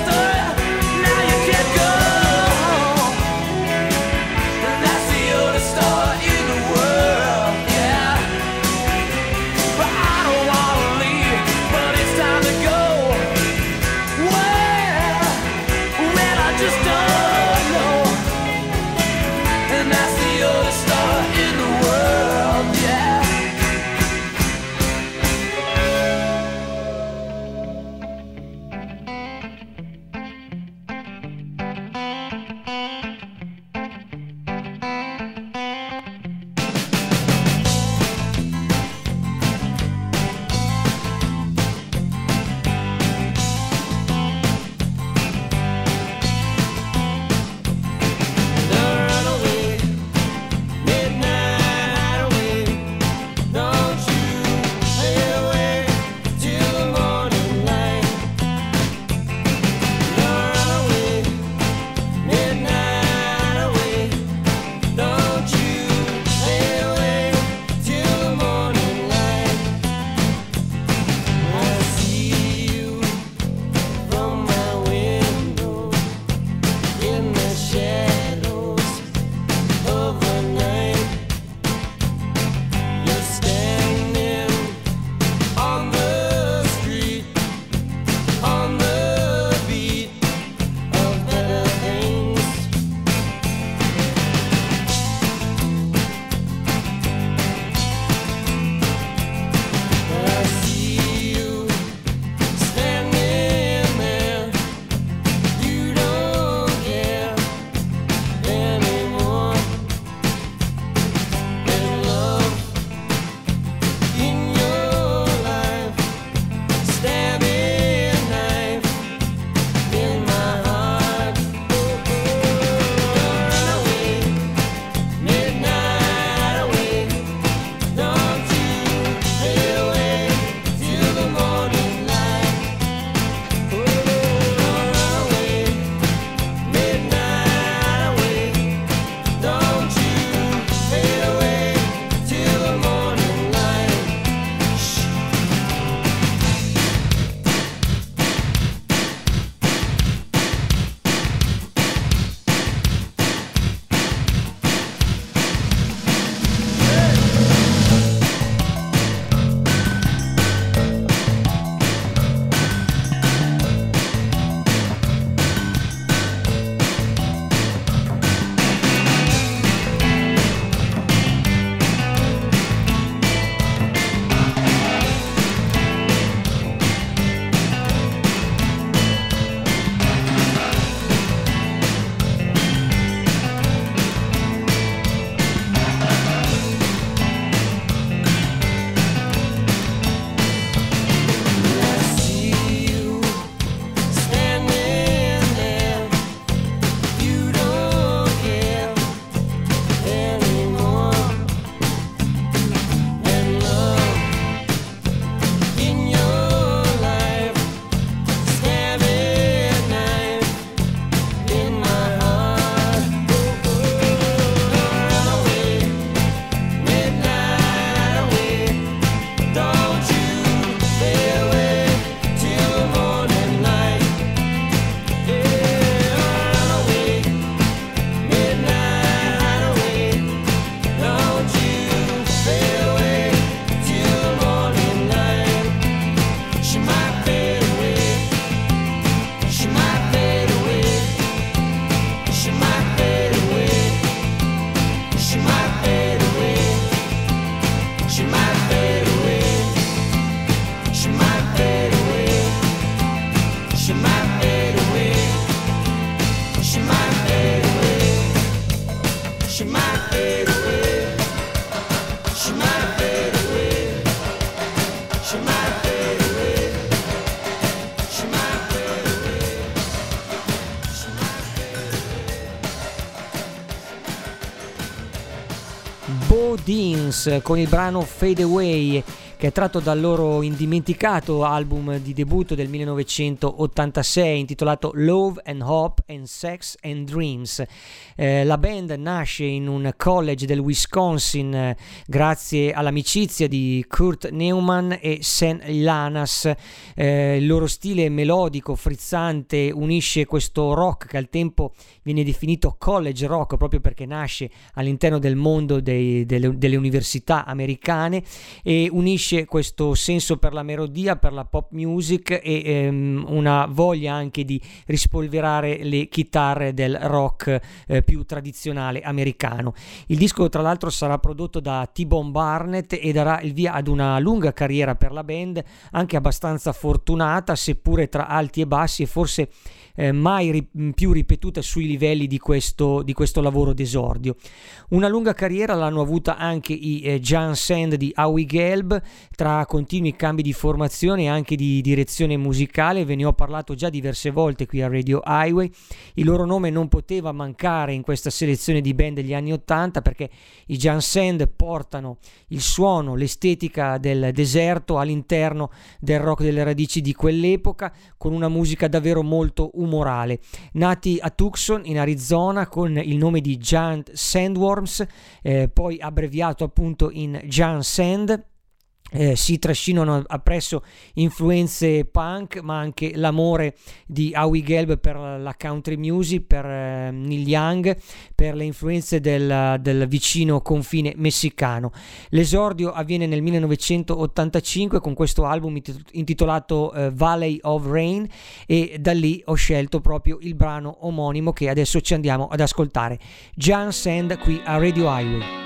Slow Dance con il brano Fade Away, che è tratto dal loro indimenticato album di debutto del millenovecentottantasei intitolato Love and Hope and Sex and Dreams. Eh, la band nasce in un college del Wisconsin eh, grazie all'amicizia di Kurt Neumann e Sam Lanas. Eh, il loro stile melodico, frizzante, unisce questo rock che al tempo viene definito college rock proprio perché nasce all'interno del mondo dei, delle, delle università americane, e unisce questo senso per la melodia, per la pop music e ehm, una voglia anche di rispolverare le chitarre del rock eh, più tradizionale americano. Il disco tra l'altro sarà prodotto da T-Bone Barnett e darà il via ad una lunga carriera per la band, anche abbastanza fortunata, seppure tra alti e bassi, e forse Eh, mai ri- più ripetute sui livelli di questo, di questo lavoro d'esordio. Una lunga carriera l'hanno avuta anche i eh, Jan Sand di Howie Gelb, tra continui cambi di formazione e anche di direzione musicale. Ve ne ho parlato già diverse volte qui a Radio Highway. Il loro nome non poteva mancare in questa selezione di band degli anni ottanta, perché i Jan Sand portano il suono, l'estetica del deserto all'interno del rock delle radici di quell'epoca, con una musica davvero molto umorale. Nati a Tucson in Arizona con il nome di Giant Sandworms, eh, poi abbreviato appunto in Jan Sand, Eh, si trascinano appresso influenze punk, ma anche l'amore di Howie Gelb per la country music, per eh, Neil Young, per le influenze del, del vicino confine messicano. L'esordio avviene nel millenovecentottantacinque con questo album intitolato eh, Valley of Rain, e da lì ho scelto proprio il brano omonimo che adesso ci andiamo ad ascoltare. Jan Sand qui a Radio Highway.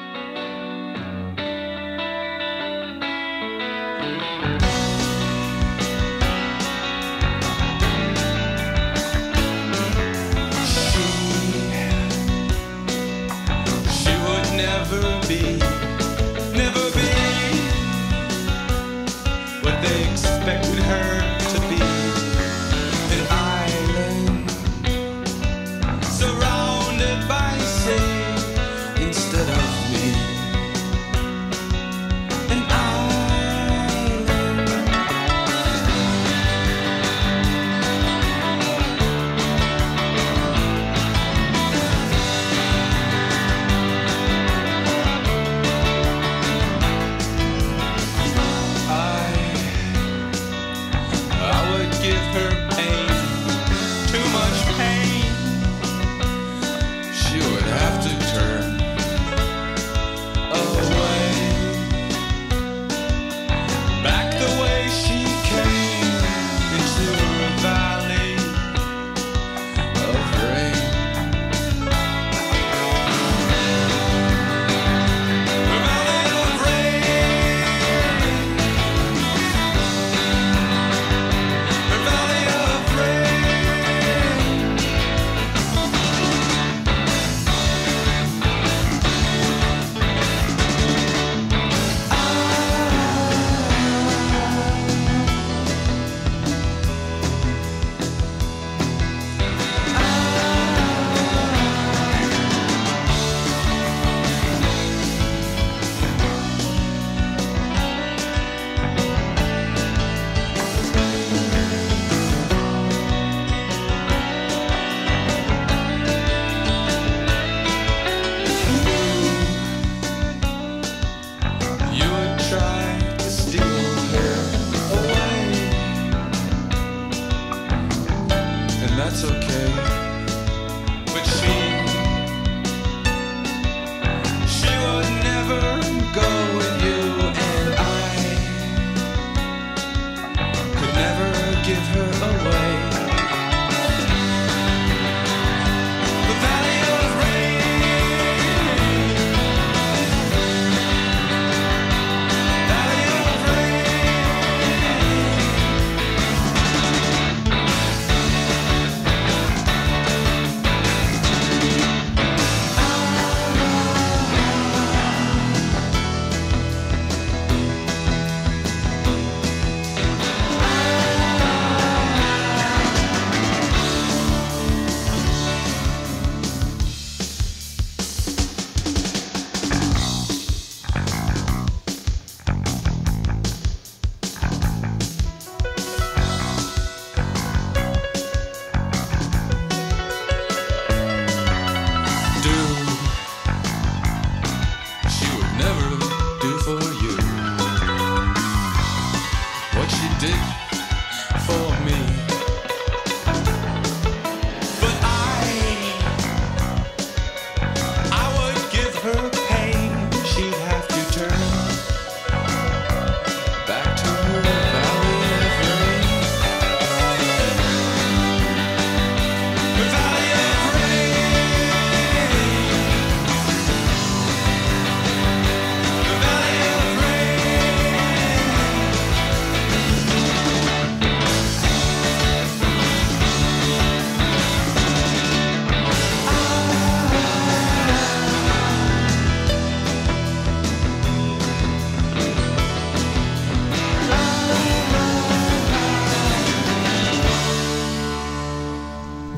Surrounded by sea instead of me.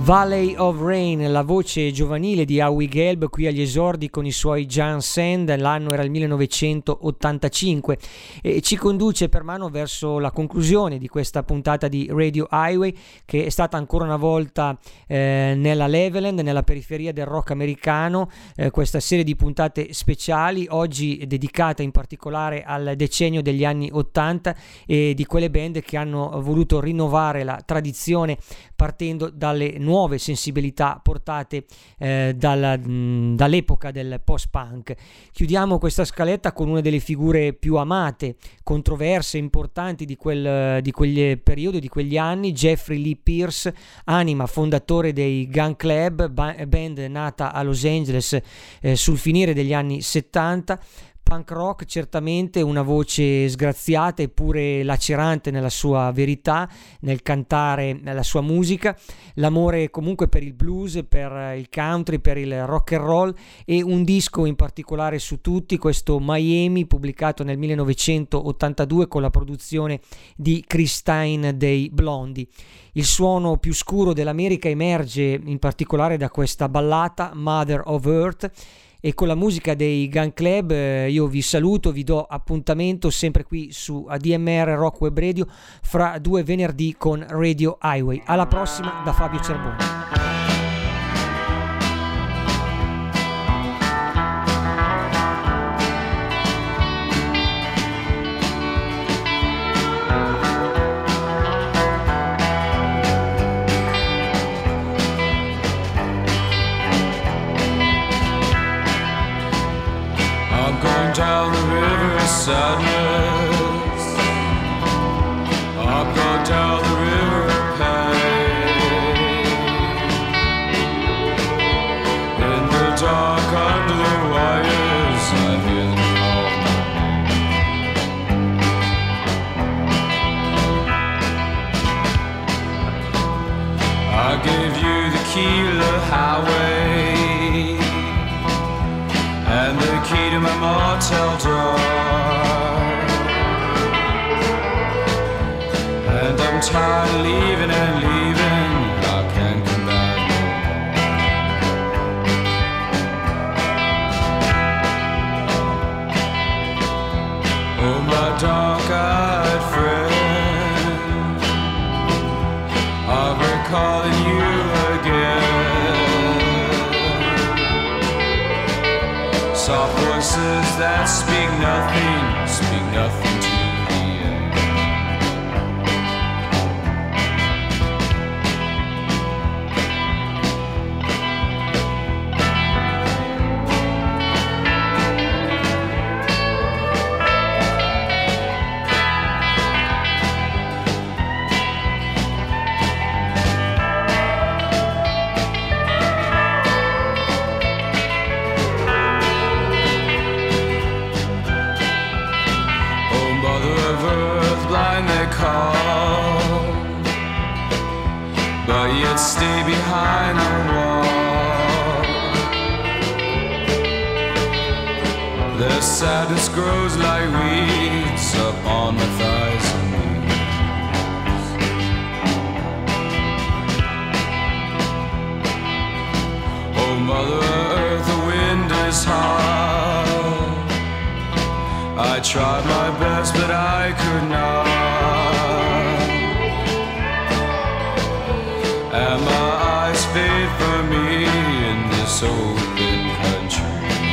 Valley of Rain, la voce giovanile di Howie Gelb qui agli esordi con i suoi Jan Sand, l'anno era il millenovecentottantacinque, e ci conduce per mano verso la conclusione di questa puntata di Radio Highway, che è stata ancora una volta eh, nella Leveland, nella periferia del rock americano, eh, questa serie di puntate speciali, oggi dedicata in particolare al decennio degli anni ottanta e di quelle band che hanno voluto rinnovare la tradizione partendo dalle nuove sensibilità portate eh, dalla, mh, dall'epoca del post-punk. Chiudiamo questa scaletta con una delle figure più amate, controverse, importanti di quel di quegli periodi, di quegli anni, Jeffrey Lee Pierce, anima fondatore dei Gun Club, band nata a Los Angeles eh, sul finire degli anni settanta. Punk rock, certamente una voce sgraziata eppure lacerante nella sua verità, nel cantare la sua musica, l'amore comunque per il blues, per il country, per il rock and roll, e un disco in particolare su tutti, questo Miami, pubblicato nel millenovecentottantadue con la produzione di Chris Stein dei Blondie. Il suono più scuro dell'America emerge in particolare da questa ballata Mother of Earth, e con la musica dei Gun Club eh, io vi saluto, vi do appuntamento sempre qui su A D M R Rock Web Radio fra due venerdì con Radio Highway. Alla prossima da Fabio Cerboni. Down the river of sadness, I'll go down the river of pain. In the dark under the wires, I hear them call my name. I gave you the key to the highway and the key to my motel door, and I'm tired of leaving and leaving, I can't come back no more. Oh, my dark-eyed friend, I'm recalling you again. Soft voices that speak nothing, speak nothing to the end. But yet stay behind the wall. Their sadness grows like weeds up on the thighs and knees. Oh, Mother Earth, the wind is hard. I tried my best, but I could not. And my eyes fade from me in this open country.